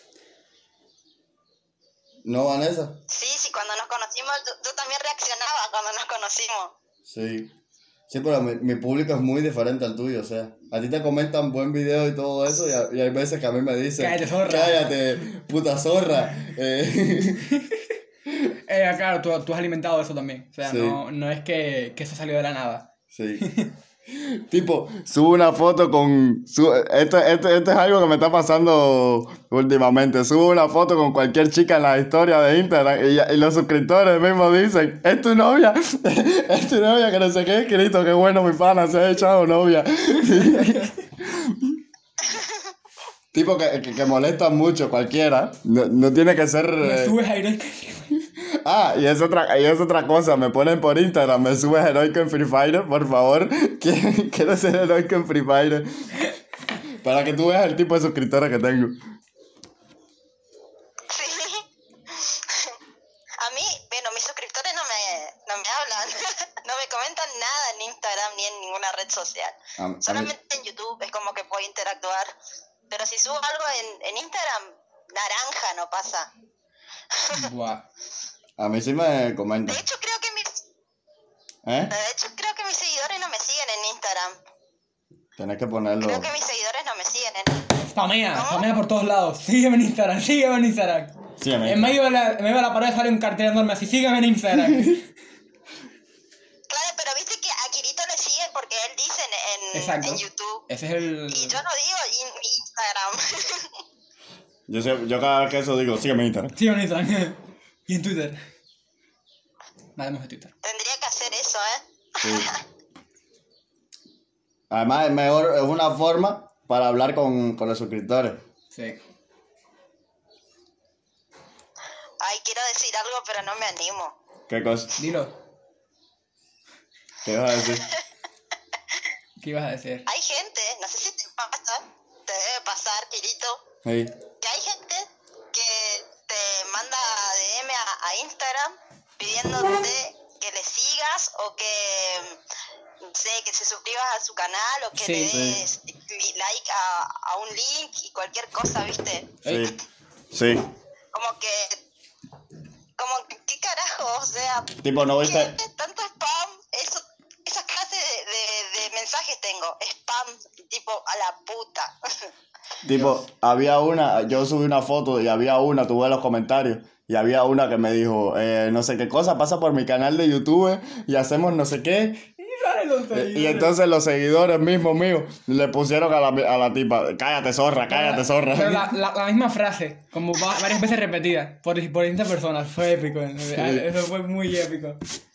¿No, Vanessa? Sí, sí, cuando nos conocimos, yo, yo también reaccionaba cuando nos conocimos. Sí. Sí, pero mi, mi público es muy diferente al tuyo, o sea, a ti te comentan buen video y todo eso, y, a- y hay veces que a mí me dicen, Cállate, zorra. cállate, puta zorra. Eh, Eh, claro, tú, tú has alimentado eso también. O sea, Sí. no, no es que, que eso salió de la nada. sí. Tipo, subo una foto con... Su, esto, esto, esto es algo que me está pasando últimamente. Subo una foto con cualquier chica en la historia de Instagram y, y los suscriptores mismos dicen, ¿es tu novia? ¿Es tu novia? Que no sé qué, escrito, qué bueno mi pana, se ha echado novia. Tipo que, que, que molestan mucho cualquiera. No, no tiene que ser... Me eh, subes a directo. Ah, y es otra, y es otra cosa, me ponen por Instagram, me subes heroico en Free Fire, por favor. Quiero, quiero ser heroico en Free Fire. Para que tú veas el tipo de suscriptores que tengo. Sí. A mí, bueno, mis suscriptores no me, no me hablan, no me comentan nada en Instagram ni en ninguna red social. A- a mí- Solamente en YouTube es como que puedo interactuar. Pero si subo algo en, en Instagram, naranja no pasa. Buah. A mí sí me comentan. De hecho, creo que mis, ¿Eh? de hecho, creo que mis seguidores no me siguen en Instagram. Tenés que ponerlo. Creo que mis seguidores no me siguen en... Spamea, ¿Cómo? spamea por todos lados. Sígueme en Instagram, sígueme en Instagram. Sí, a mí. En medio de la, en medio de la pared sale un cartel enorme así, sígueme en Instagram. Claro, pero viste que a Kirito le siguen porque él dice en, en, Exacto. en YouTube. Ese es el... Y yo no digo in- Instagram. Yo, sé, yo cada vez que eso digo, sígueme en Instagram. Sígueme en Instagram. Y en Twitter. Nada más de Twitter. Tendría que hacer eso, ¿eh? Sí. Además, es mejor, es una forma para hablar con, con los suscriptores. Sí. Ay, quiero decir algo, pero no me animo. ¿Qué cosa? Dilo. ¿Qué vas a decir? ¿Qué ibas a decir? Hay gente, no sé si te pasa, te debe pasar, Kirito, Sí. que hay gente que te manda D M a, a Instagram pidiéndote que le sigas o que no sé, que se suscribas a su canal o que Sí. le des li- like a, a un link y cualquier cosa, ¿viste? Sí, sí. Como que, como que, ¿qué carajo? O sea, Tipo, ¿no viste? ¿qué? Tanto spam, eso, esa clase de, de, de mensajes tengo, spam, tipo, a la puta. Tipo, había una, yo subí una foto y había una, tuve los comentarios, y había una que me dijo, eh, no sé qué cosa pasa por mi canal de YouTube y hacemos no sé qué. Y salen los Eh, seguidores. Y entonces los seguidores mismos míos le pusieron a la, a la tipa, cállate zorra, cállate zorra. Pero la, la, la misma frase, como va- varias veces repetida, por, por distintas personas. Fue épico. Eso fue muy épico.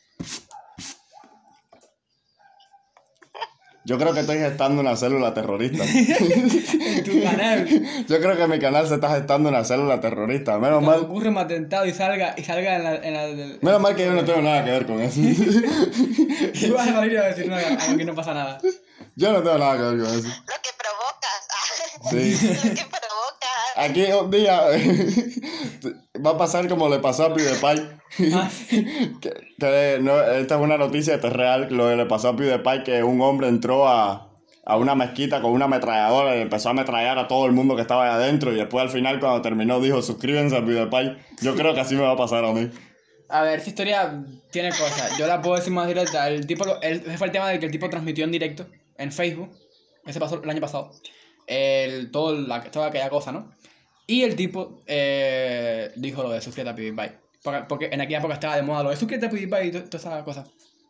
Yo creo que estoy gestando una célula terrorista. En tu canal. Yo creo que en mi canal se está gestando una célula terrorista. Menos Cuando mal, ocurre un atentado y salga, y salga en la... En la del- menos mal que yo no tengo nada que ver con eso. y vas a salir y vas a decir, no, aquí no pasa nada. Yo no tengo nada que ver con eso. Lo que provocas, ah, Sí. lo que provocas. Aquí un día va a pasar como le pasó a PewDiePie. Ah, que, que no, esta es una noticia, esto es real. Lo que le pasó a PewDiePie, que un hombre entró a, a una mezquita con una ametralladora y empezó a ametrallar a todo el mundo que estaba ahí adentro. Y después al final, cuando terminó, dijo: suscríbanse a PewDiePie. Yo creo que así me va a pasar a mí. A ver, esta historia tiene cosas. Yo la puedo decir más directa. El tipo, lo- el, ese fue el tema de que el tipo transmitió en directo en Facebook. Ese pasó el año pasado. El, todo la, toda aquella cosa, ¿no? Y el tipo eh, dijo lo de suscríbete a PewDiePie. Porque, porque en aquella época estaba de moda lo de suscríbete a PewDiePie y to- todas esas cosas.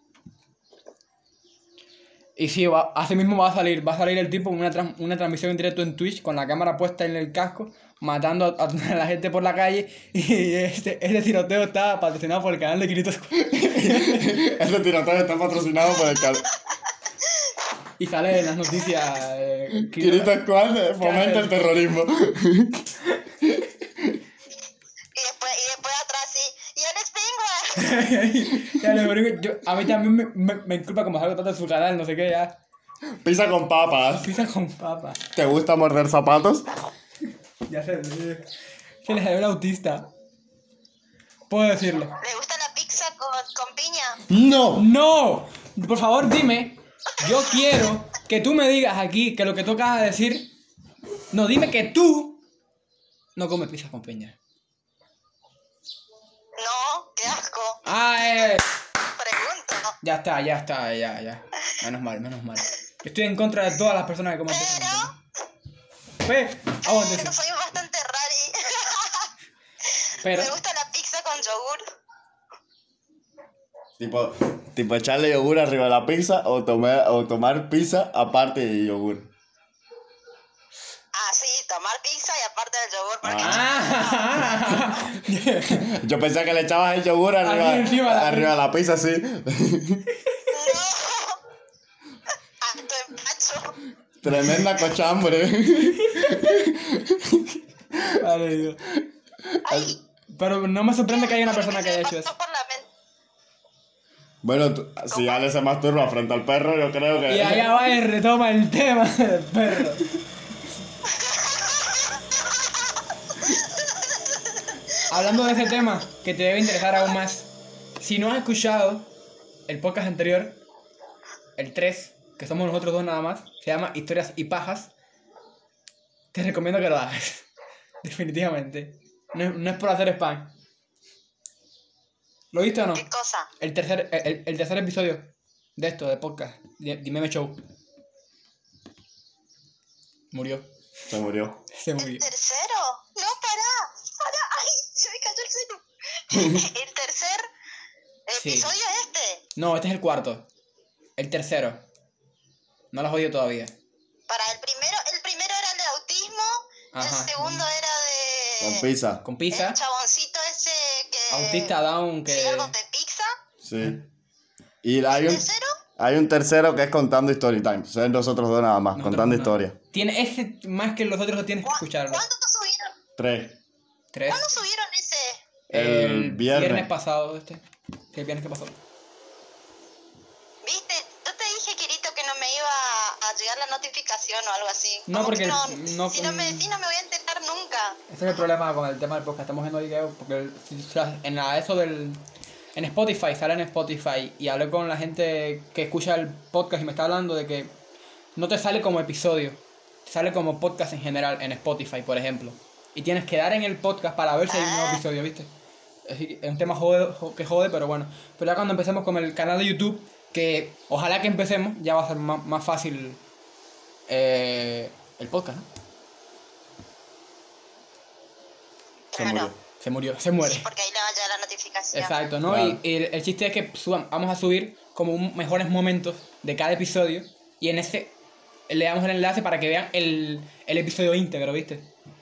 Y sí, va, así mismo va a salir, va a salir el tipo en una, tran- una transmisión en directo en Twitch con la cámara puesta en el casco, matando a, a la gente por la calle. Y este, este tiroteo está patrocinado por el canal de Kirito Squad. Este tiroteo está patrocinado por el canal. Y sale en las noticias. Eh, Kirito Squad eh, fomenta el terrorismo. Y después, y después atrás sí, y Alex Pingua. Ya, lo único- yo- a mí también me, me, me inculpa como salgo tanto de su canal, no sé qué, ya. Pizza con papas. Pizza con papas. ¿Te gusta morder zapatos? Ya sé, que les salió un autista. Puedo decirlo. ¿Le gusta la pizza con, con piña? No. ¡No! Por favor, dime. Yo quiero que tú me digas aquí que lo que tú acabas de decir. No, dime que tú no comes pizza con piña. No, qué asco. ¡Ay! Pregunto. Ya está, ya está, ya, ya. Menos mal, menos mal. Estoy en contra de todas las personas que comen pizza con piña. Ve, aguántese. Pero soy bastante rari. Pero, Me gusta la pizza con yogur. Tipo, tipo echarle yogur arriba de la pizza o tomar, o tomar pizza aparte de yogur. Ah, sí, tomar pizza y aparte del yogur. Porque ah, Yo pensé que le echabas el yogur arriba, Aquí encima de la arriba de la pizza, sí. no. Alto empacho. Tremenda cochambre. Vale, Dios. Ay, Pero no me sorprende que haya una persona que haya hecho me eso. pasó por la mente. Bueno, tú- si Ale se masturba frente al perro, yo creo que... Y allá va y retoma el tema del perro. Hablando de ese tema, que te debe interesar aún más. Si no has escuchado el podcast anterior, el tres, que somos nosotros dos nada más, se llama Historias y Pajas, te recomiendo que lo hagas. Definitivamente. No, es- no es por hacer spam. ¿Lo viste o no? ¿Qué cosa? El tercer, el, el tercer episodio de esto, de podcast, de, de Meme Show. Murió. Se murió. Se murió. ¿Tercero? No, pará. Pará. Ay, se me cayó el celu. El tercer Sí. episodio es este. No, este es el cuarto. El tercero. No lo has oído todavía. Para el primero, el primero era el de autismo. Ajá. El segundo era de. Con pizza. Con pizza. El chaboncito ese que. Autista Down, Sí, algo que... de pizza. Sí. Y hay ¿El un, tercero? hay un tercero que es contando story time. Son nosotros dos nada más, Nosotros contando no. historia. Tiene ese más que los otros, lo tienes que ¿Cu- escucharlo. ¿Cuándo subieron? Tres. Tres. ¿Cuándo subieron ese? El viernes. pasado, este. Sí, el viernes que pasó. ¿Viste? Yo te dije, Kirito, que no me iba a, a llegar la notificación o algo así. No, Como porque que no, no- si no me decís, no me voy a enterar nunca. Ese es el problema con el tema del podcast. Estamos viendo ahí que... Porque el- si- o sea, en la, eso del... en Spotify, sale en Spotify. Y hablé con la gente que escucha el podcast y me está hablando de que no te sale como episodio, te sale como podcast en general en Spotify, por ejemplo. Y tienes que dar en el podcast para ver si hay un nuevo episodio, ¿viste? Es es un tema jode, jo- que jode, pero bueno. Pero ya cuando empecemos con el canal de YouTube, que ojalá que empecemos, ya va a ser más, más fácil eh, el podcast, ¿no? Se Claro. murió. Se murió, se muere. Sí, porque ahí le va a llegar la notificación. Exacto, ¿no? Claro. Y, y el, el chiste es que suban, vamos a subir como un- mejores momentos de cada episodio. Y en ese le damos el enlace para que vean el, el episodio íntegro, ¿viste?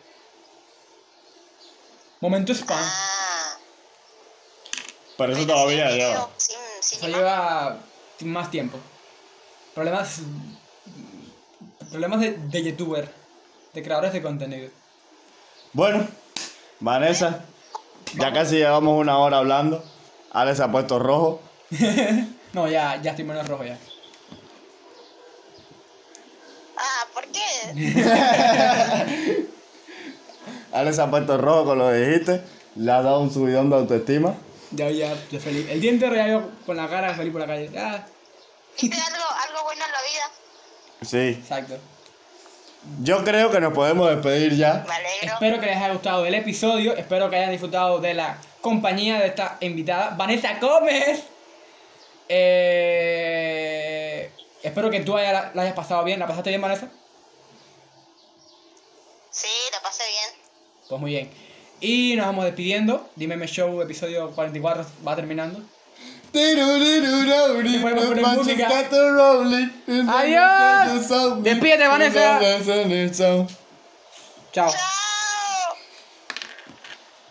Momento spam. Ah. Pero eso Pero todavía sí, lleva. video Sin, sin Eso imagen. lleva más tiempo. Problemas. Problemas de, de youtuber. De creadores de contenido. Bueno, Vanessa, ya casi llevamos una hora hablando. Ale se ha puesto rojo. No, ya, ya estoy menos rojo ya. Ah, ¿por qué? Ale se ha puesto rojo con lo que dijiste. Le ha dado un subidón de autoestima. Ya, ya, de feliz. El día entero ya yo con la cara feliz por la calle. Ah, ¿Viste algo, algo bueno en la vida? Sí. exacto. Yo creo que nos podemos despedir ya. Me alegro. Espero que les haya gustado el episodio. Espero que hayan disfrutado de la compañía de esta invitada, Vanessa Gómez. Eh, espero que tú haya, la hayas pasado bien. ¿La pasaste bien, Vanessa? Sí, la pasé bien. Pues muy bien. Y nos vamos despidiendo. Dime Show, episodio cuarenta y cuatro va terminando. podemos poner música. Adiós. Despídete, Vanessa. Chao. ¡Chao!